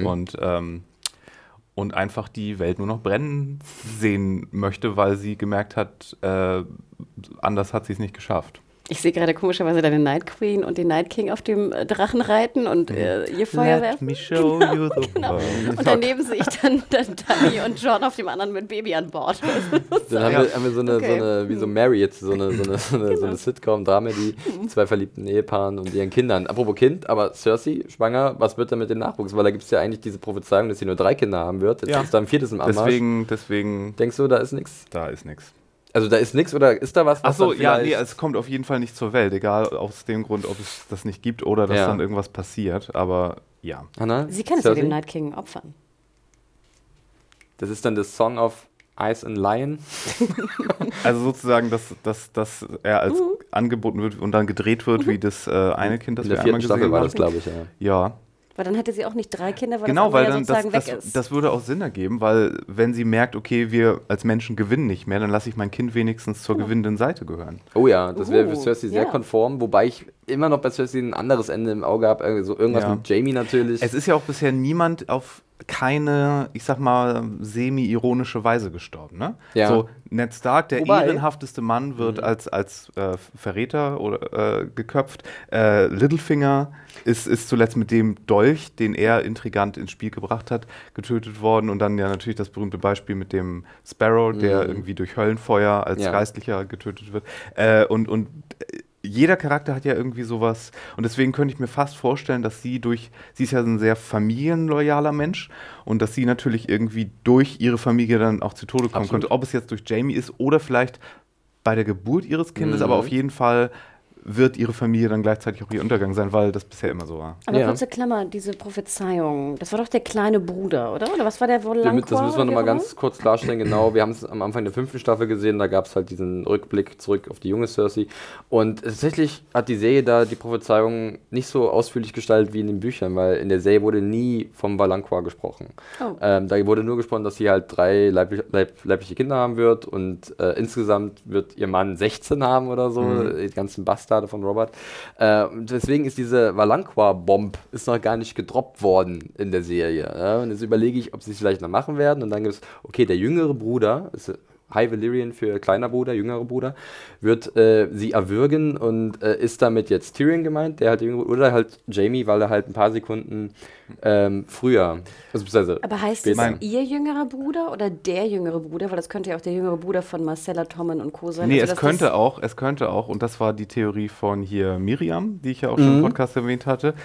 und einfach die Welt nur noch brennen sehen möchte, weil sie gemerkt hat, anders hat sie es nicht geschafft. Ich sehe gerade komischerweise deine Night Queen und den Night King auf dem Drachen reiten und ihr Feuer werfen. Let me show you the world. Und daneben sehe ich dann Dani und John auf dem anderen mit Baby an Bord. Dann haben wir so eine wie so Mary jetzt, so eine Sitcom-Dramedy, 2 verliebten Ehepaaren und ihren Kindern. Apropos Kind, aber Cersei, schwanger, was wird denn mit dem Nachwuchs? Weil da gibt es ja eigentlich diese Prophezeiung, dass sie nur 3 Kinder haben wird. Jetzt ist da ein 4. im Anmarsch. Deswegen. Denkst du, da ist nichts? Da ist nichts. Also da ist nichts oder ist da was? Achso, ja, nee, es kommt auf jeden Fall nicht zur Welt, egal aus dem Grund, ob es das nicht gibt oder dass dann irgendwas passiert, aber ja. Anna? Sie kann es ja dem Night King opfern. Das ist dann das Song of Ice and Lion? Also sozusagen, dass er als angeboten wird und dann gedreht wird, wie das eine Kind, das wir einmal gesehen haben. In der 4. Staffel war das, glaube ich, Ja. Weil dann hätte sie auch nicht 3 Kinder, weil genau, das weil ja dann sozusagen weg ist. Das würde auch Sinn ergeben, weil wenn sie merkt, okay, wir als Menschen gewinnen nicht mehr, dann lasse ich mein Kind wenigstens zur gewinnenden Seite gehören. Oh ja, das wäre für Cersei sehr konform, wobei ich immer noch bei Cersei ein anderes Ende im Auge habe, so irgendwas mit Jaime natürlich. Es ist ja auch bisher niemand auf keine, ich sag mal, semi-ironische Weise gestorben, ne? Ja. So, Ned Stark, der ehrenhafteste Mann, wird als Verräter oder geköpft. Littlefinger ist zuletzt mit dem Dolch, den er intrigant ins Spiel gebracht hat, getötet worden. Und dann ja natürlich das berühmte Beispiel mit dem Sparrow, der irgendwie durch Höllenfeuer als Geistlicher getötet wird. Und jeder Charakter hat ja irgendwie sowas und deswegen könnte ich mir fast vorstellen, dass sie ist ja ein sehr familienloyaler Mensch und dass sie natürlich irgendwie durch ihre Familie dann auch zu Tode kommen könnte. Ob es jetzt durch Jaime ist oder vielleicht bei der Geburt ihres Kindes, aber auf jeden Fall wird ihre Familie dann gleichzeitig auch ihr Untergang sein, weil das bisher immer so war. Aber kurze Klammer, diese Prophezeiung, das war doch der kleine Bruder, oder? Oder was war der wohl lang? Das müssen wir nochmal ganz kurz klarstellen, genau. Wir haben es am Anfang der 5. Staffel gesehen, da gab es halt diesen Rückblick zurück auf die junge Cersei. Und tatsächlich hat die Serie da die Prophezeiung nicht so ausführlich gestaltet wie in den Büchern, weil in der Serie wurde nie vom Valancourt gesprochen. Oh. Da wurde nur gesprochen, dass sie halt 3 leibliche Kinder haben wird und insgesamt wird ihr Mann 16 haben oder so, die ganzen Bastarde von Robert. Deswegen ist diese Valancourt-Bomb ist noch gar nicht gedroppt worden in der Serie. Ja? Und jetzt überlege ich, ob sie es vielleicht noch machen werden. Und dann gibt es, okay, der jüngere Bruder, ist High Valyrian für kleiner Bruder, jüngerer Bruder, wird sie erwürgen und ist damit jetzt Tyrion gemeint, der halt jüngere, oder halt Jaime, weil er halt ein paar Sekunden früher. Also aber heißt es ihr jüngerer Bruder oder der jüngere Bruder? Weil das könnte ja auch der jüngere Bruder von Marcella Tommen und Co. sein. Nee, also es könnte auch, und das war die Theorie von hier Miriam, die ich ja auch schon im Podcast erwähnt hatte.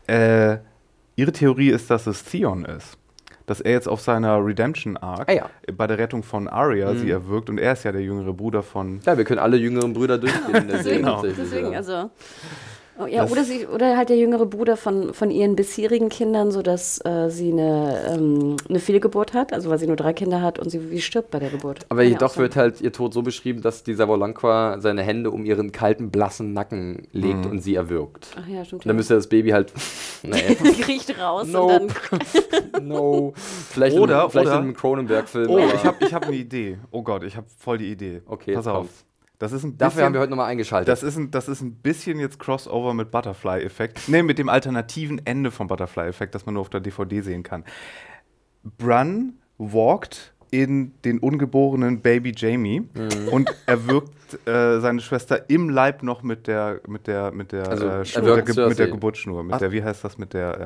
Ihre Theorie ist, dass es Theon ist. Dass er jetzt auf seiner Redemption-Arc bei der Rettung von Arya sie erwürgt und er ist ja der jüngere Bruder von... Ja, wir können alle jüngeren Brüder durchgehen in der Serie. Deswegen, also... Oh, ja, oder halt der jüngere Bruder von ihren bisherigen Kindern, sodass sie eine Fehlgeburt hat, also weil sie nur 3 Kinder hat und sie stirbt bei der Geburt. Aber jedoch wird halt ihr Tod so beschrieben, dass dieser Valancourt seine Hände um ihren kalten, blassen Nacken legt und sie erwürgt. Ach ja, stimmt. Und dann müsste das Baby halt... Kriecht raus und dann... No. Vielleicht in einem Cronenberg-Film. Oh, ich hab eine Idee. Oh Gott, ich habe voll die Idee. Okay, pass auf. Dafür haben wir heute nochmal eingeschaltet. Das ist ein bisschen jetzt Crossover mit Butterfly-Effekt. Ne, mit dem alternativen Ende vom Butterfly-Effekt, das man nur auf der DVD sehen kann. Bran walkt in den ungeborenen Baby Jaime und erwürgt seine Schwester im Leib noch mit der Geburtsschnur. Wie heißt das? Mit der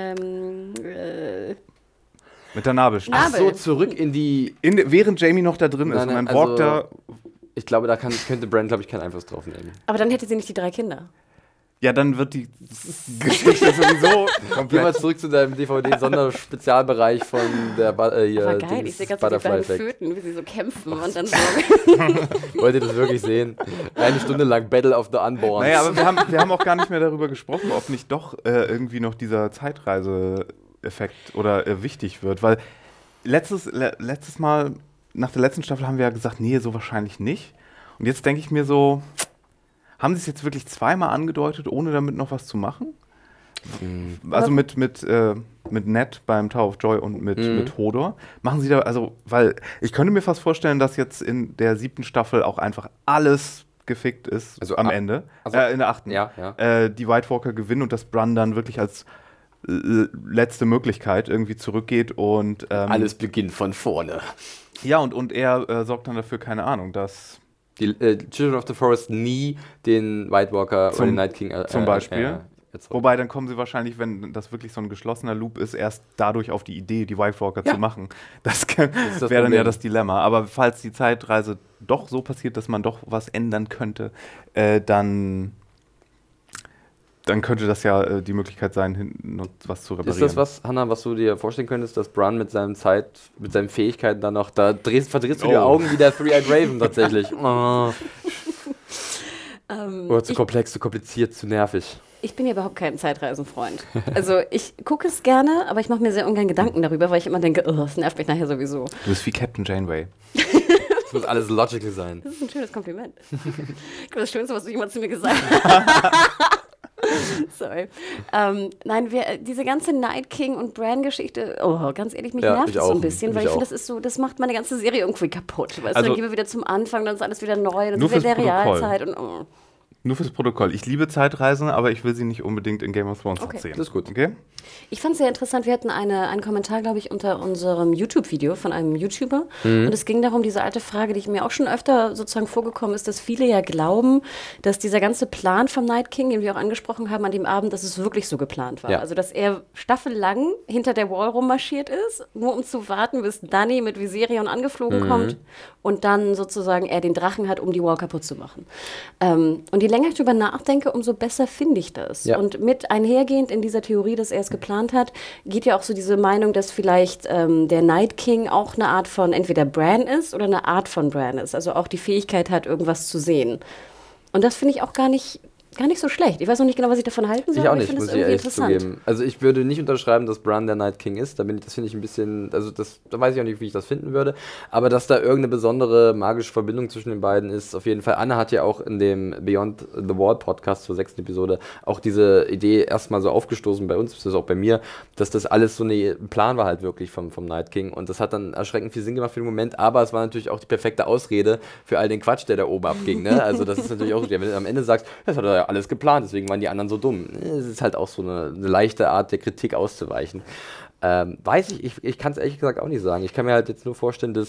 Nabelschnur. Ach so, zurück in die... während Jaime noch da drin ist. Und dann walkt er... Ich glaube, da könnte Bran, glaube ich, keinen Einfluss drauf nehmen. Aber dann hätte sie nicht die 3 Kinder. Ja, dann wird die Geschichte sowieso komplett. Geh mal zurück zu deinem DVD-Sonderspezialbereich von der aber geil, ich sehe gerade so die beiden Föten, wie sie so kämpfen und dann so... Wollt ihr das wirklich sehen? 1 Stunde lang Battle of the Unborn. Naja, aber wir haben auch gar nicht mehr darüber gesprochen, ob nicht doch irgendwie noch dieser Zeitreise-Effekt oder wichtig wird, weil letztes Mal, nach der letzten Staffel haben wir ja gesagt, nee, so wahrscheinlich nicht. Und jetzt denke ich mir so... Haben sie es jetzt wirklich 2-mal angedeutet, ohne damit noch was zu machen? Also mit Ned beim Tower of Joy und mit Hodor. Machen sie da, weil ich könnte mir fast vorstellen, dass jetzt in der 7. Staffel auch einfach alles gefickt ist, am Ende. In der 8. Ja. Die White Walker gewinnen und dass Bran dann wirklich als letzte Möglichkeit irgendwie zurückgeht und alles beginnt von vorne. Ja, und er sorgt dann dafür, keine Ahnung, dass die Children of the Forest nie den White Walker oder den Night King zum Beispiel. Wobei, dann kommen sie wahrscheinlich, wenn das wirklich so ein geschlossener Loop ist, erst dadurch auf die Idee, die White Walker zu machen. Das wäre dann ja das Dilemma. Aber falls die Zeitreise doch so passiert, dass man doch was ändern könnte, dann könnte das ja die Möglichkeit sein, was zu reparieren. Ist das was, Hannah, was du dir vorstellen könntest, dass Bran mit seinen Fähigkeiten dann noch, verdrehst du die Augen wie der Three-Eyed Raven tatsächlich. Oder zu komplex, zu kompliziert, zu nervig. Ich bin ja überhaupt kein Zeitreisenfreund. Also ich gucke es gerne, aber ich mache mir sehr ungern Gedanken darüber, weil ich immer denke, das nervt mich nachher sowieso. Du bist wie Captain Janeway. Das muss alles logical sein. Das ist ein schönes Kompliment. Das Schönste, was du jemals zu mir gesagt hast. Sorry. Nein, diese ganze Night King und Bran-Geschichte, ganz ehrlich, mich nervt das so ein bisschen, weil ich finde, das macht meine ganze Serie irgendwie kaputt. Weißt du, dann gehen wir wieder zum Anfang, dann ist alles wieder neu, dann sind wir in der Realzeit und Nur fürs Protokoll. Ich liebe Zeitreisen, aber ich will sie nicht unbedingt in Game of Thrones sehen. Das ist gut. Okay? Ich fand es sehr interessant. Wir hatten einen Kommentar, glaube ich, unter unserem YouTube-Video von einem YouTuber. Und es ging darum, diese alte Frage, die mir auch schon öfter sozusagen vorgekommen ist, dass viele ja glauben, dass dieser ganze Plan vom Night King, den wir auch angesprochen haben an dem Abend, dass es wirklich so geplant war. Ja. Also, dass er staffellang hinter der Wall rummarschiert ist, nur um zu warten, bis Dany mit Viserion angeflogen kommt und dann sozusagen er den Drachen hat, um die Wall kaputt zu machen. Und je länger ich darüber nachdenke, umso besser finde ich das. Ja. Und mit einhergehend in dieser Theorie, dass er es geplant hat, geht ja auch so diese Meinung, dass vielleicht der Night King auch eine Art von entweder Bran ist oder eine Art von Bran ist. Also auch die Fähigkeit hat, irgendwas zu sehen. Und das finde ich auch gar nicht so schlecht. Ich weiß noch nicht genau, was ich davon halten soll, ich auch aber nicht, ich finde muss es irgendwie ich interessant. Zugeben. Also ich würde nicht unterschreiben, dass Bran der Night King ist. Das finde ich ein bisschen, da weiß ich auch nicht, wie ich das finden würde. Aber dass da irgendeine besondere magische Verbindung zwischen den beiden ist, auf jeden Fall. Anna hat ja auch in dem Beyond the Wall Podcast zur 6. Episode auch diese Idee erstmal so aufgestoßen bei uns, das ist auch bei mir, dass das alles so ein Plan war halt wirklich vom Night King. Und das hat dann erschreckend viel Sinn gemacht für den Moment, aber es war natürlich auch die perfekte Ausrede für all den Quatsch, der da oben abging. Ne? Also das ist natürlich auch so, wenn du am Ende sagst, das hat er ja alles geplant, deswegen waren die anderen so dumm. Es ist halt auch so eine leichte Art der Kritik auszuweichen. Weiß ich kann es ehrlich gesagt auch nicht sagen. Ich kann mir halt jetzt nur vorstellen, dass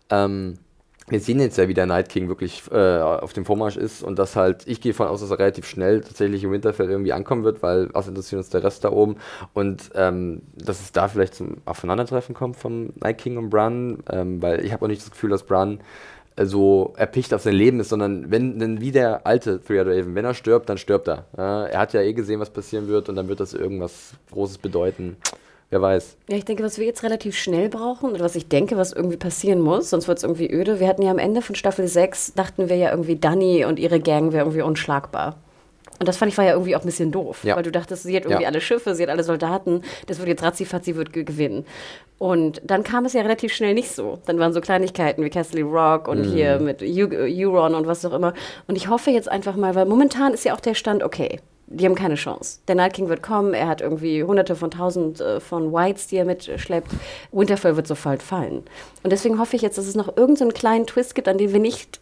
wir sehen jetzt ja, wie der Night King wirklich auf dem Vormarsch ist und dass halt, ich gehe davon aus, dass er relativ schnell tatsächlich im Winterfell irgendwie ankommen wird, weil was interessiert uns der Rest da oben und dass es da vielleicht zum Aufeinandertreffen kommt von Night King und Bran, weil ich habe auch nicht das Gefühl, dass Bran so erpicht auf sein Leben ist, sondern wenn wie der alte Three-Eyed Raven, wenn er stirbt, dann stirbt er. Er hat ja gesehen, was passieren wird und dann wird das irgendwas Großes bedeuten. Wer weiß. Ja, ich denke, was wir jetzt relativ schnell brauchen oder was ich denke, was irgendwie passieren muss, sonst wird es irgendwie öde. Wir hatten ja am Ende von Staffel 6, dachten wir ja irgendwie, Dany und ihre Gang wäre irgendwie unschlagbar. Und das fand ich war ja irgendwie auch ein bisschen doof, weil du dachtest, sie hat irgendwie alle Schiffe, sie hat alle Soldaten, das wird jetzt ratzifatzi, wird gewinnen. Und dann kam es ja relativ schnell nicht so. Dann waren so Kleinigkeiten wie Castle Rock und hier mit Euron und was auch immer. Und ich hoffe jetzt einfach mal, weil momentan ist ja auch der Stand, okay, die haben keine Chance. Der Night King wird kommen, er hat irgendwie hunderte von tausend von Whites, die er mitschleppt. Winterfell wird sofort fallen. Und deswegen hoffe ich jetzt, dass es noch irgendeinen kleinen Twist gibt, an dem wir nicht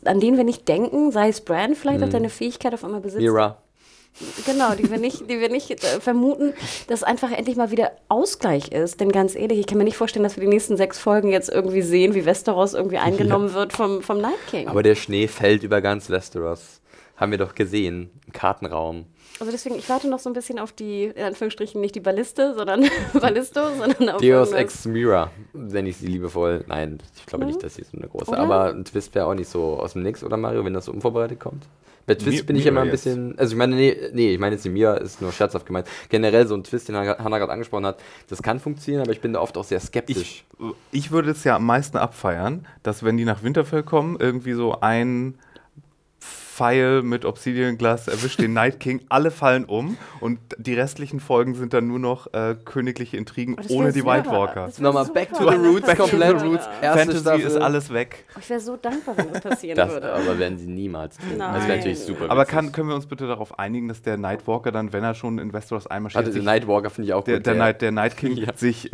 an den wir nicht denken, sei es Bran vielleicht auch deine Fähigkeit auf einmal besitzt. Mira. Genau, die wir nicht vermuten, dass einfach endlich mal wieder Ausgleich ist. Denn ganz ehrlich, ich kann mir nicht vorstellen, dass wir die nächsten 6 Folgen jetzt irgendwie sehen, wie Westeros irgendwie eingenommen wird vom Night King. Aber der Schnee fällt über ganz Westeros. Haben wir doch gesehen, im Kartenraum. Also deswegen, ich warte noch so ein bisschen auf die, in Anführungsstrichen, nicht die Ballisto, sondern auf Deus Ex Mira, nenne ich sie liebevoll. Nein, ich glaube nicht, dass sie so eine große, oder? Aber ein Twist wäre auch nicht so aus dem Nix, oder Mario, wenn das so unvorbereitet kommt? Bei Twist bin ich immer ein bisschen, also ich meine, nee, ich meine jetzt die Mira ist nur scherzhaft gemeint. Generell so ein Twist, den Hannah gerade angesprochen hat, das kann funktionieren, aber ich bin da oft auch sehr skeptisch. Ich würde es ja am meisten abfeiern, dass wenn die nach Winterfell kommen, irgendwie so ein Pfeil mit Obsidian-Glas erwischt den Night King, alle fallen um und die restlichen Folgen sind dann nur noch königliche Intrigen ohne die White Walker. Nochmal back to the roots, komplett roots. Fantasy ist alles weg. Ich wäre so dankbar, wenn das passieren würde. Aber werden sie niemals tun. Nein. Das wäre natürlich super. Aber können wir uns bitte darauf einigen, dass der Nightwalker dann, wenn er schon in Westeros einmarschiert, der Nightwalker finde ich auch gut. Der Night King sich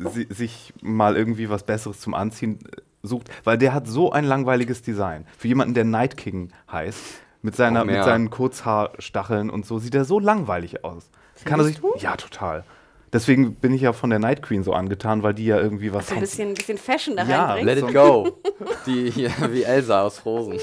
mal irgendwie was Besseres zum Anziehen sucht, weil der hat so ein langweiliges Design. Für jemanden, der Night King heißt, mit seinen Kurzhaarstacheln und so, sieht er so langweilig aus. Kann er sich? Ja, total. Deswegen bin ich ja von der Night Queen so angetan, weil die ja irgendwie was... ein bisschen Fashion da Ja, reinbringt. Let it go. Die hier, wie Elsa aus Frozen.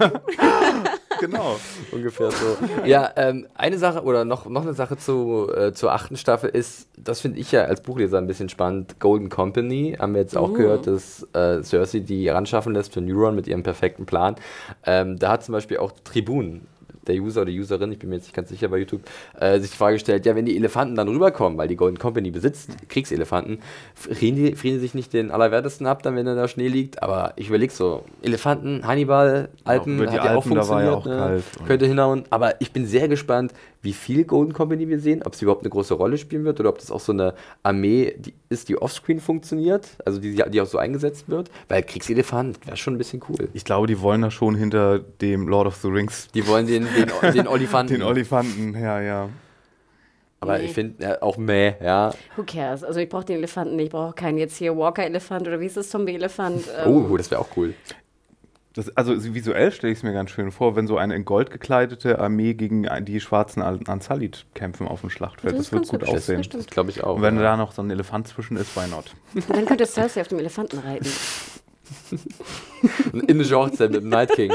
Genau. Ungefähr so. Ja, eine Sache oder noch eine Sache zur 8. Staffel ist, das finde ich ja als Buchleser ein bisschen spannend, Golden Company, haben wir jetzt auch gehört, dass Cersei die ranschaffen lässt für Neuron mit ihrem perfekten Plan. Da hat zum Beispiel auch Tribun, der User oder die Userin, ich bin mir jetzt nicht ganz sicher bei YouTube, sich die Frage gestellt, ja, wenn die Elefanten dann rüberkommen, weil die Golden Company besitzt Kriegselefanten, frieren die sich nicht den Allerwertesten ab, dann wenn da Schnee liegt, aber ich überlege so, Elefanten, Hannibal, Alpen, hat ja auch funktioniert, da war ja auch kalt. Könnte hinhauen, aber ich bin sehr gespannt, wie viel Golden Company wir sehen, ob sie überhaupt eine große Rolle spielen wird oder ob das auch so eine Armee ist, die offscreen funktioniert, also die auch so eingesetzt wird, weil Kriegselefant wäre schon ein bisschen cool. Ich glaube, die wollen da schon hinter dem Lord of the Rings... Die wollen den Olifanten. Den Olifanten, ja. Aber ich finde auch ja. Who cares? Also ich brauche den Elefanten nicht, ich brauche keinen jetzt hier Walker-Elefant oder wie ist das, Zombie-Elefant. Das wäre auch cool. Also visuell stelle ich es mir ganz schön vor, wenn so eine in Gold gekleidete Armee gegen die schwarzen Unsullied kämpfen auf dem Schlachtfeld. Das wird gut aussehen. Das glaube ich auch. Und wenn da noch so ein Elefant zwischen ist, why not? Und dann könnte Cersei auf dem Elefanten reiten. In Genre mit dem Night King.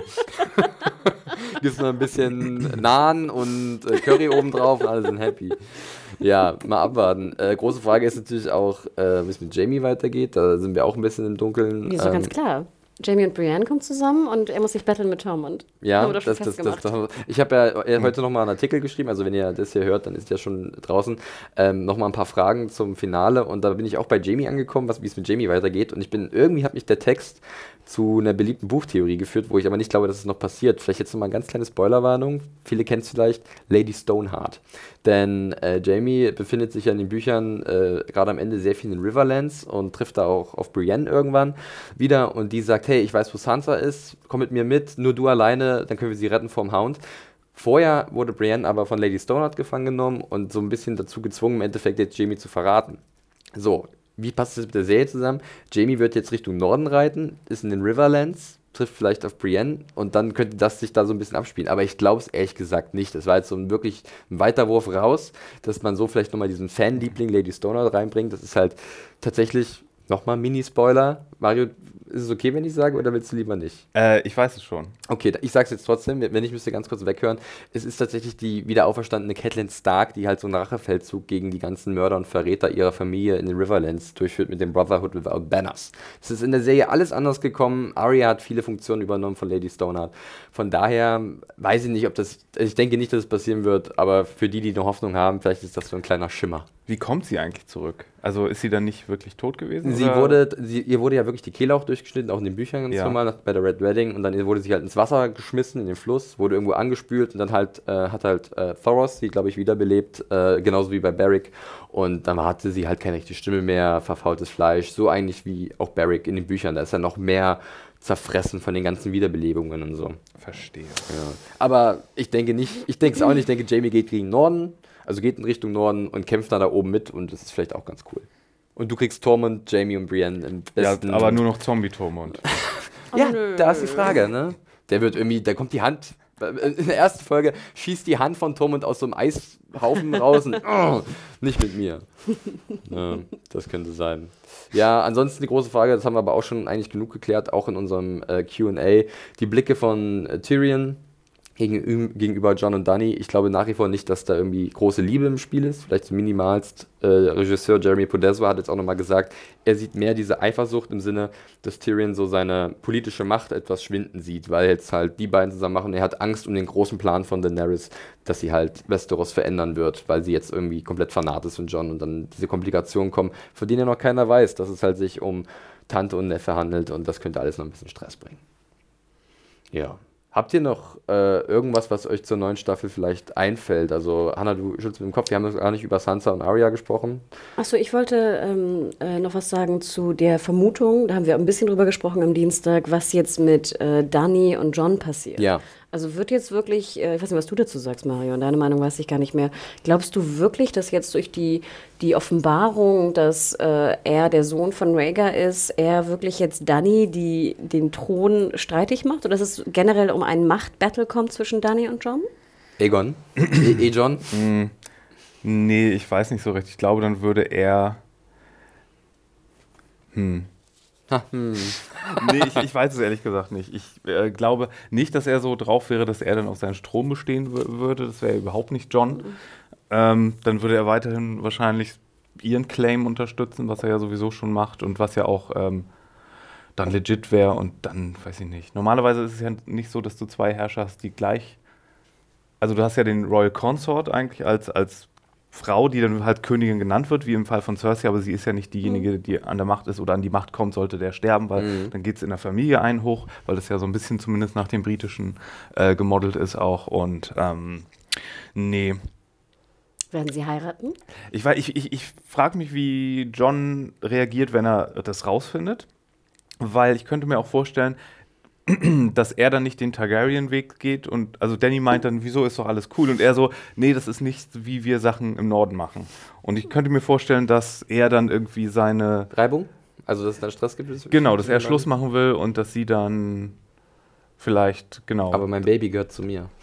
Gibt's noch ein bisschen Naan und Curry obendrauf und alle sind happy. Ja, mal abwarten. Große Frage ist natürlich auch, wie es mit Jaime weitergeht. Da sind wir auch ein bisschen im Dunkeln. Ist doch ganz klar. Jaime und Brienne kommen zusammen und er muss sich battlen mit Tormund. Ja, ich habe ja heute nochmal einen Artikel geschrieben, also wenn ihr das hier hört, dann ist ja schon draußen, nochmal ein paar Fragen zum Finale und da bin ich auch bei Jaime angekommen, wie es mit Jaime weitergeht und hat mich der Text zu einer beliebten Buchtheorie geführt, wo ich aber nicht glaube, dass es noch passiert. Vielleicht jetzt nochmal eine ganz kleine Spoilerwarnung, viele kennen es vielleicht, Lady Stoneheart. Denn Jaime befindet sich ja in den Büchern gerade am Ende sehr viel in Riverlands und trifft da auch auf Brienne irgendwann wieder und die sagt, hey, ich weiß, wo Sansa ist, komm mit mir mit, nur du alleine, dann können wir sie retten vom Hound. Vorher wurde Brienne aber von Lady Stoneheart gefangen genommen und so ein bisschen dazu gezwungen, im Endeffekt jetzt Jaime zu verraten. So, wie passt das mit der Serie zusammen? Jaime wird jetzt Richtung Norden reiten, ist in den Riverlands, trifft vielleicht auf Brienne und dann könnte das sich da so ein bisschen abspielen. Aber ich glaube es ehrlich gesagt nicht. Das war jetzt so wirklich ein Weiterwurf raus, dass man so vielleicht nochmal diesen Fanliebling Lady Stoneheart reinbringt. Das ist halt tatsächlich nochmal Mini-Spoiler. Mario, ist es okay, wenn ich sage, oder willst du lieber nicht? Ich weiß es schon. Okay, ich sage es jetzt trotzdem, wenn ich müsste ganz kurz weghören. Es ist tatsächlich die wieder auferstandene Catelyn Stark, die halt so einen Rachefeldzug gegen die ganzen Mörder und Verräter ihrer Familie in den Riverlands durchführt mit dem Brotherhood Without Banners. Es ist in der Serie alles anders gekommen. Arya hat viele Funktionen übernommen von Lady Stoneheart. Von daher weiß ich nicht, ich denke nicht, dass es passieren wird, aber für die noch Hoffnung haben, vielleicht ist das so ein kleiner Schimmer. Wie kommt sie eigentlich zurück? Also ist sie dann nicht wirklich tot gewesen? Ihr wurde ja wirklich die Kehle auch durchgeschnitten, auch in den Büchern ganz normal, bei der Red Wedding. Und dann wurde sie halt ins Wasser geschmissen, in den Fluss, wurde irgendwo angespült. Und dann hat Thoros sie, glaube ich, wiederbelebt, genauso wie bei Beric. Und dann hatte sie halt keine richtige Stimme mehr, verfaultes Fleisch. So eigentlich wie auch Beric in den Büchern. Da ist ja noch mehr zerfressen von den ganzen Wiederbelebungen und so. Verstehe. Ja. Aber ich denke es auch nicht. Ich denke, Jaime geht gegen Norden. Also geht in Richtung Norden und kämpft dann da oben mit und das ist vielleicht auch ganz cool. Und du kriegst Tormund, Jaime und Brienne im besten... Ja, aber nur noch Zombie-Tormund. Ja, da ist die Frage, ne? Der wird irgendwie, da kommt die Hand, in der ersten Folge schießt die Hand von Tormund aus so einem Eishaufen raus und nicht mit mir. Ja, das könnte sein. Ja, ansonsten die große Frage, das haben wir aber auch schon eigentlich genug geklärt, auch in unserem Q&A, die Blicke von Tyrion gegenüber Jon und Dany. Ich glaube nach wie vor nicht, dass da irgendwie große Liebe im Spiel ist. Vielleicht so minimalst. Regisseur Jeremy Podeswa hat jetzt auch nochmal gesagt, er sieht mehr diese Eifersucht im Sinne, dass Tyrion so seine politische Macht etwas schwinden sieht, weil jetzt halt die beiden zusammen machen. Er hat Angst um den großen Plan von Daenerys, dass sie halt Westeros verändern wird, weil sie jetzt irgendwie komplett fanat ist von Jon und dann diese Komplikationen kommen, von denen ja noch keiner weiß, dass es halt sich um Tante und Neffe handelt und das könnte alles noch ein bisschen Stress bringen. Ja. Habt ihr noch irgendwas, was euch zur neuen Staffel vielleicht einfällt? Also, Hannah, du schüttelst mit dem Kopf, wir haben gar nicht über Sansa und Arya gesprochen. Achso, ich wollte noch was sagen zu der Vermutung, da haben wir ein bisschen drüber gesprochen am Dienstag, was jetzt mit Dany und Jon passiert. Ja. Also wird jetzt wirklich, ich weiß nicht, was du dazu sagst, Mario, deine Meinung weiß ich gar nicht mehr. Glaubst du wirklich, dass jetzt durch die Offenbarung, dass er der Sohn von Rhaegar ist, er wirklich jetzt Dany den Thron streitig macht? Oder dass es generell um einen Machtbattle kommt zwischen Dany und Jon? Egon? Ejon? Nee, ich weiß nicht so recht. Ich glaube, dann würde er... Nee, ich weiß es ehrlich gesagt nicht. Ich glaube nicht, dass er so drauf wäre, dass er dann auf seinen Strom bestehen würde. Das wäre überhaupt nicht Jon. Dann würde er weiterhin wahrscheinlich ihren Claim unterstützen, was er ja sowieso schon macht und was ja auch dann legit wäre. Und dann, weiß ich nicht. Normalerweise ist es ja nicht so, dass du zwei Herrscher hast, die gleich... Also du hast ja den Royal Consort eigentlich als Frau, die dann halt Königin genannt wird, wie im Fall von Cersei, aber sie ist ja nicht diejenige, die an der Macht ist oder an die Macht kommt, sollte der sterben, weil dann geht es in der Familie einen hoch, weil das ja so ein bisschen zumindest nach dem britischen gemodelt ist auch und nee. Werden sie heiraten? Ich frage mich, wie Jon reagiert, wenn er das rausfindet, weil ich könnte mir auch vorstellen, dass er dann nicht den Targaryen-Weg geht und also Dany meint dann, wieso ist doch alles cool und er so, nee, das ist nicht, wie wir Sachen im Norden machen. Und ich könnte mir vorstellen, dass er dann irgendwie seine... Reibung? Also, dass es dann Stress gibt? Genau, dass er Schluss machen will und dass sie dann vielleicht, genau... Aber mein Baby gehört zu mir.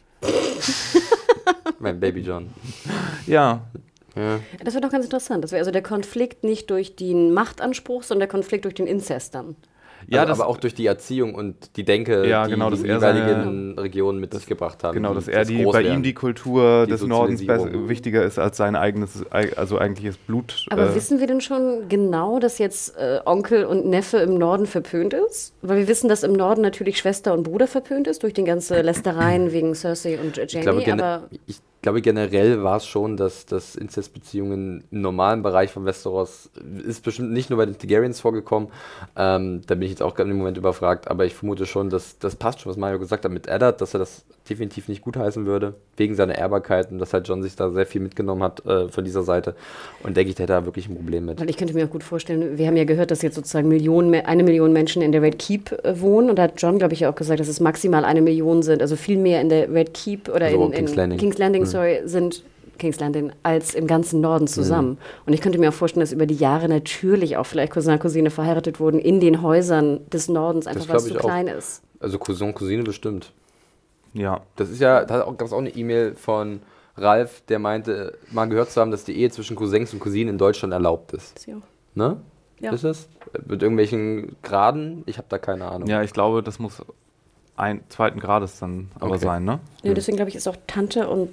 Mein Baby Jon. Ja. Das wäre doch ganz interessant. Das wäre also der Konflikt nicht durch den Machtanspruch, sondern der Konflikt durch den Inzest dann. Ja, also aber auch durch die Erziehung und die Denke, ja, die genau, die jeweiligen Regionen mit sich gebracht haben. Genau, dass er bei ihm die Kultur des Nordens wichtiger ist als sein eigenes, also eigentliches Blut. Aber wissen wir denn schon genau, dass jetzt Onkel und Neffe im Norden verpönt ist? Weil wir wissen, dass im Norden natürlich Schwester und Bruder verpönt ist, durch die ganze Lästereien wegen Cersei und Jaime. Ich glaube, generell war es schon, dass Inzestbeziehungen im normalen Bereich von Westeros ist bestimmt nicht nur bei den Targaryens vorgekommen. Da bin ich jetzt auch gerade im Moment überfragt, aber ich vermute schon, dass das passt schon, was Mario gesagt hat mit Eddard, dass er das definitiv nicht gutheißen würde, wegen seiner Ehrbarkeit und dass halt Jon sich da sehr viel mitgenommen hat von dieser Seite. Und denke ich, der hätte da wirklich ein Problem mit. Weil ich könnte mir auch gut vorstellen, wir haben ja gehört, dass jetzt sozusagen 1 Million Menschen in der Red Keep wohnen und da hat Jon, glaube ich, auch gesagt, dass es maximal 1 Million sind, also viel mehr in der Red Keep oder also in King's Landing, sind King's Landing als im ganzen Norden zusammen. Und ich könnte mir auch vorstellen, dass über die Jahre natürlich auch vielleicht Cousin, Cousine verheiratet wurden in den Häusern des Nordens, einfach weil es so klein ist. Also Cousin, Cousine bestimmt. Ja. Das ist ja, da gab es auch eine E-Mail von Ralf, der meinte, mal gehört zu haben, dass die Ehe zwischen Cousins und Cousinen in Deutschland erlaubt ist. Das ja. Ne? Ja. Ist es? Mit irgendwelchen Graden? Ich habe da keine Ahnung. Ja, ich glaube, das muss zweiten Grades dann aber sein, ne? Ja, deswegen glaube ich, ist auch Tante und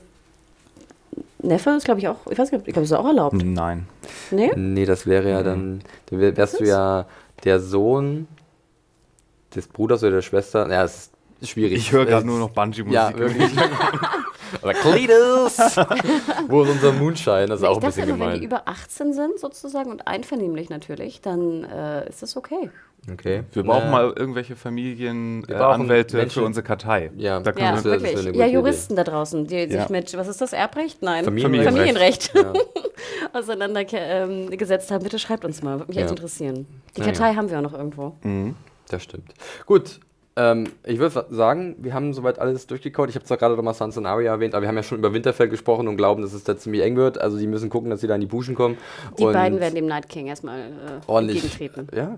Neffe ist, glaube ich, auch, ich weiß nicht, ich glaube, ist auch erlaubt. Nein. Nee? Nee, das wäre ja dann wärst du ja der Sohn des Bruders oder der Schwester. Ja, es ist schwierig. Ich höre gerade nur noch Bungee-Musik. Ja, wirklich. Oder Cletus! Wo ist unser Moonshine? Das ist auch ein bisschen gemein. Wenn die über 18 sind, sozusagen, und einvernehmlich natürlich, dann ist das okay. Okay. Wir brauchen mal irgendwelche Familienanwälte für unsere Kartei. Ja, da können ja wirklich. Ja, Juristen da draußen, die sich mit, was ist das, Erbrecht? Nein, Familienrecht. Ja. auseinandergesetzt haben. Bitte schreibt uns mal, würde mich echt interessieren. Die Kartei haben wir auch noch irgendwo. Mhm. Das stimmt. Gut. Ich würde sagen, wir haben soweit alles durchgekaut. Ich habe zwar gerade noch mal Sansa und Arya erwähnt, aber wir haben ja schon über Winterfell gesprochen und glauben, dass es da ziemlich eng wird. Also die müssen gucken, dass sie da in die Buschen kommen. Die beiden werden dem Night King erstmal entgegentreten. Ja,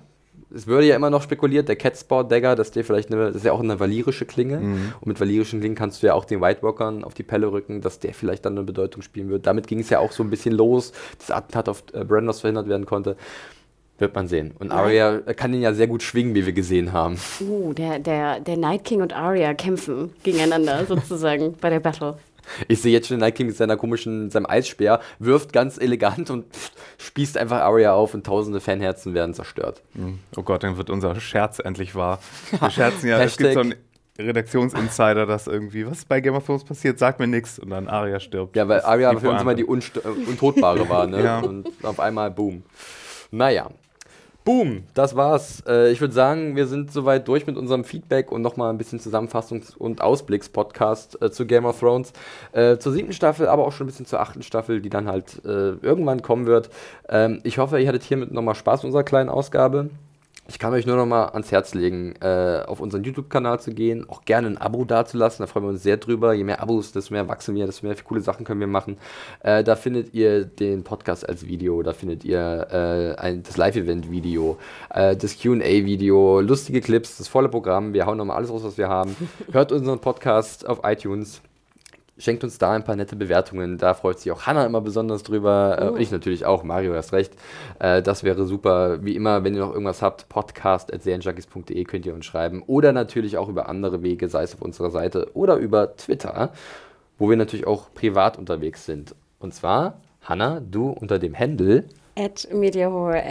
es würde ja immer noch spekuliert, der Catsport-Dagger, das ist ja auch eine valyrische Klinge. Und mit valyrischen Klingen kannst du ja auch den White Walkern auf die Pelle rücken, dass der vielleicht dann eine Bedeutung spielen wird. Damit ging es ja auch so ein bisschen los, dass Attentat auf Brandos verhindert werden konnte. Wird man sehen. Und Arya kann ihn ja sehr gut schwingen, wie wir gesehen haben. Der Night King und Arya kämpfen gegeneinander sozusagen bei der Battle. Ich sehe jetzt schon den Night King mit seinem Eisspeer, wirft ganz elegant und spießt einfach Arya auf und tausende Fanherzen werden zerstört. Oh Gott, dann wird unser Scherz endlich wahr. Wir scherzen ja, es gibt so einen Redaktionsinsider, dass irgendwie, was bei Game of Thrones passiert, sagt mir nichts und dann Arya stirbt. Ja, weil Arya für uns immer die Untotbare war, ne? Ja. Und auf einmal, boom. Naja. Boom, das war's. Ich würde sagen, wir sind soweit durch mit unserem Feedback und nochmal ein bisschen Zusammenfassungs- und Ausblicks-Podcast zu Game of Thrones. Zur 7. Staffel, aber auch schon ein bisschen zur 8. Staffel, die dann halt irgendwann kommen wird. Ich hoffe, ihr hattet hiermit nochmal Spaß in unserer kleinen Ausgabe. Ich kann euch nur noch mal ans Herz legen, auf unseren YouTube-Kanal zu gehen, auch gerne ein Abo dazulassen, da freuen wir uns sehr drüber. Je mehr Abos, desto mehr wachsen wir, desto mehr coole Sachen können wir machen. Da findet ihr den Podcast als Video, da findet ihr das Live-Event-Video, das Q&A-Video, lustige Clips, das volle Programm. Wir hauen nochmal alles raus, was wir haben. Hört unseren Podcast auf iTunes. Schenkt uns da ein paar nette Bewertungen. Da freut sich auch Hannah immer besonders drüber. Ich natürlich auch. Mario, hast recht. Das wäre super. Wie immer, wenn ihr noch irgendwas habt, podcast@serienjunkies.de könnt ihr uns schreiben. Oder natürlich auch über andere Wege, sei es auf unserer Seite oder über Twitter, wo wir natürlich auch privat unterwegs sind. Und zwar, Hannah, du unter dem Handle @Mediahore,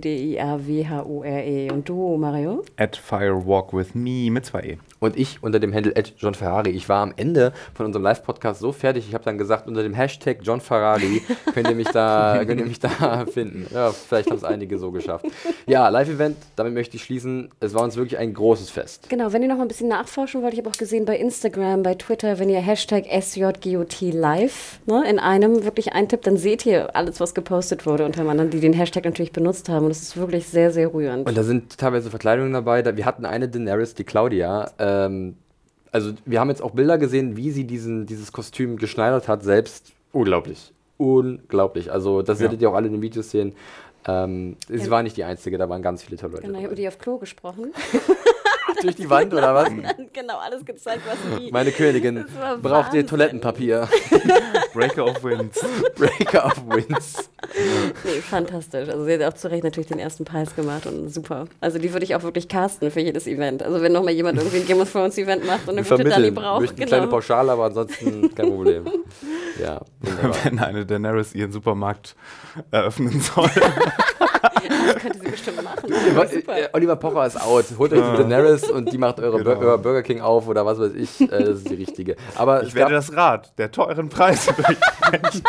MEDIAWHORE. Und du, Mario? @firewalkwithme mit 2 E. Und ich unter dem Handle @JohnFerrari. Ich war am Ende von unserem Live-Podcast so fertig, ich habe dann gesagt, unter dem Hashtag JohnFerrari könnt ihr mich da finden. Ja, vielleicht haben es einige so geschafft. Ja, Live-Event, damit möchte ich schließen. Es war uns wirklich ein großes Fest. Genau, wenn ihr noch mal ein bisschen nachforschen wollt, ich habe auch gesehen bei Instagram, bei Twitter, wenn ihr Hashtag SJGOTLive in einem wirklich eintippt, dann seht ihr alles, was gepostet wurde unter anderem, die den Hashtag natürlich benutzt haben. Und das ist wirklich sehr, sehr rührend. Und da sind teilweise Verkleidungen dabei. Wir hatten eine Daenerys, die Claudia. Also wir haben jetzt auch Bilder gesehen, wie sie dieses Kostüm geschneidert hat, selbst. Unglaublich. Unglaublich. Also das werdet ihr auch alle in den Videos sehen. Sie war nicht die Einzige, da waren ganz viele tolle Leute. Genau, ich habe die auf Klo gesprochen. Durch die Wand, oder was? Genau, alles gezeigt, was die... Meine Königin, braucht ihr Toilettenpapier? Breaker of Winds. Breaker of Winds. Nee, fantastisch. Also sie hat auch zu Recht natürlich den ersten Preis gemacht und super. Also die würde ich auch wirklich casten für jedes Event. Also wenn nochmal jemand irgendwie ein Game of Thrones Event macht und eine gute Dani braucht. Eine kleine Pauschale, aber ansonsten kein Problem. Ja, wenn eine Daenerys ihren Supermarkt eröffnen soll. Das könnte sie bestimmt machen. Oliver Pocher ist out. Holt euch die Daenerys und die macht euer Burger King auf oder was weiß ich. Das ist die richtige. Aber ich werde das Rad der teuren Preise durchbrechen.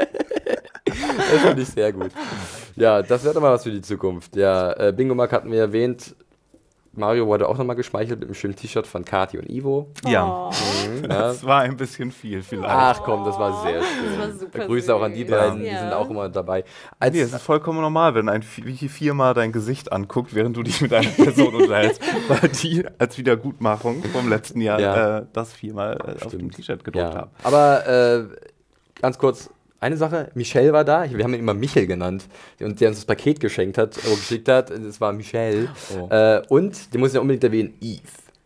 Das finde ich sehr gut. Ja, das wäre doch mal was für die Zukunft. Ja, Bingo Mark hatten wir erwähnt. Mario wurde auch nochmal geschmeichelt mit einem schönen T-Shirt von Kati und Ivo. Ja, das war ein bisschen viel vielleicht. Ach komm, das war sehr schön. Das war super Grüße auch an die beiden, die sind auch immer dabei. Es ist vollkommen normal, wenn ein viermal dein Gesicht anguckt, während du dich mit einer Person unterhältst, weil die als Wiedergutmachung vom letzten Jahr das viermal auf dem T-Shirt gedruckt haben. Aber ganz kurz, eine Sache, Michelle war da, wir haben ihn immer Michel genannt, und der uns das Paket geschickt hat, das war Michelle. Und, den muss ich ja unbedingt erwähnen, Eve.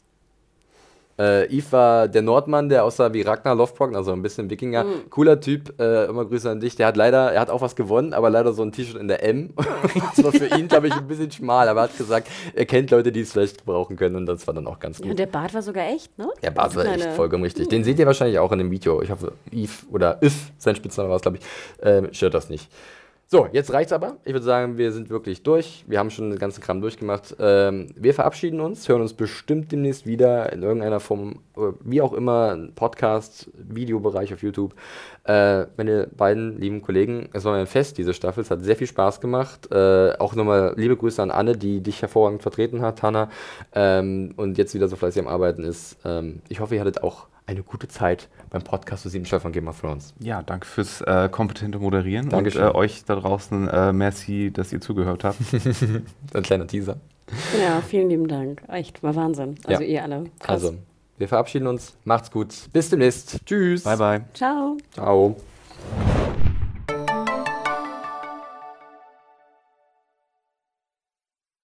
Eve war der Nordmann, der aussah wie Ragnar Lothbrok, also ein bisschen Wikinger. Cooler Typ, immer Grüße an dich. Er hat auch was gewonnen, aber leider so ein T-Shirt in der M. Das war für ihn, glaube ich, ein bisschen schmal, aber er hat gesagt, er kennt Leute, die es vielleicht gebrauchen können, und das war dann auch ganz gut. Ja, und der Bart war sogar echt, ne? Der Bart war echt vollkommen richtig. Den seht ihr wahrscheinlich auch in dem Video. Ich hoffe, Eve oder If, sein Spitzname war es, glaube ich, stört das nicht. So, jetzt reicht's aber. Ich würde sagen, wir sind wirklich durch. Wir haben schon den ganzen Kram durchgemacht. Wir verabschieden uns, hören uns bestimmt demnächst wieder in irgendeiner Form, wie auch immer, Podcast, Videobereich auf YouTube. Meine beiden lieben Kollegen, es war mir ein Fest, diese Staffel. Es hat sehr viel Spaß gemacht. Auch nochmal liebe Grüße an Anne, die dich hervorragend vertreten hat, Hannah. Und jetzt wieder so fleißig am Arbeiten ist. Ich hoffe, ihr hattet auch eine gute Zeit beim Podcast zur 7. Staffel von Game of Thrones. Ja, danke fürs kompetente Moderieren. Dankeschön. Und euch da draußen, merci, dass ihr zugehört habt. Ein kleiner Teaser. Ja, vielen lieben Dank. Echt, war Wahnsinn. Also ihr alle. Krass. Also, wir verabschieden uns. Macht's gut. Bis demnächst. Tschüss. Bye, bye. Ciao. Ciao.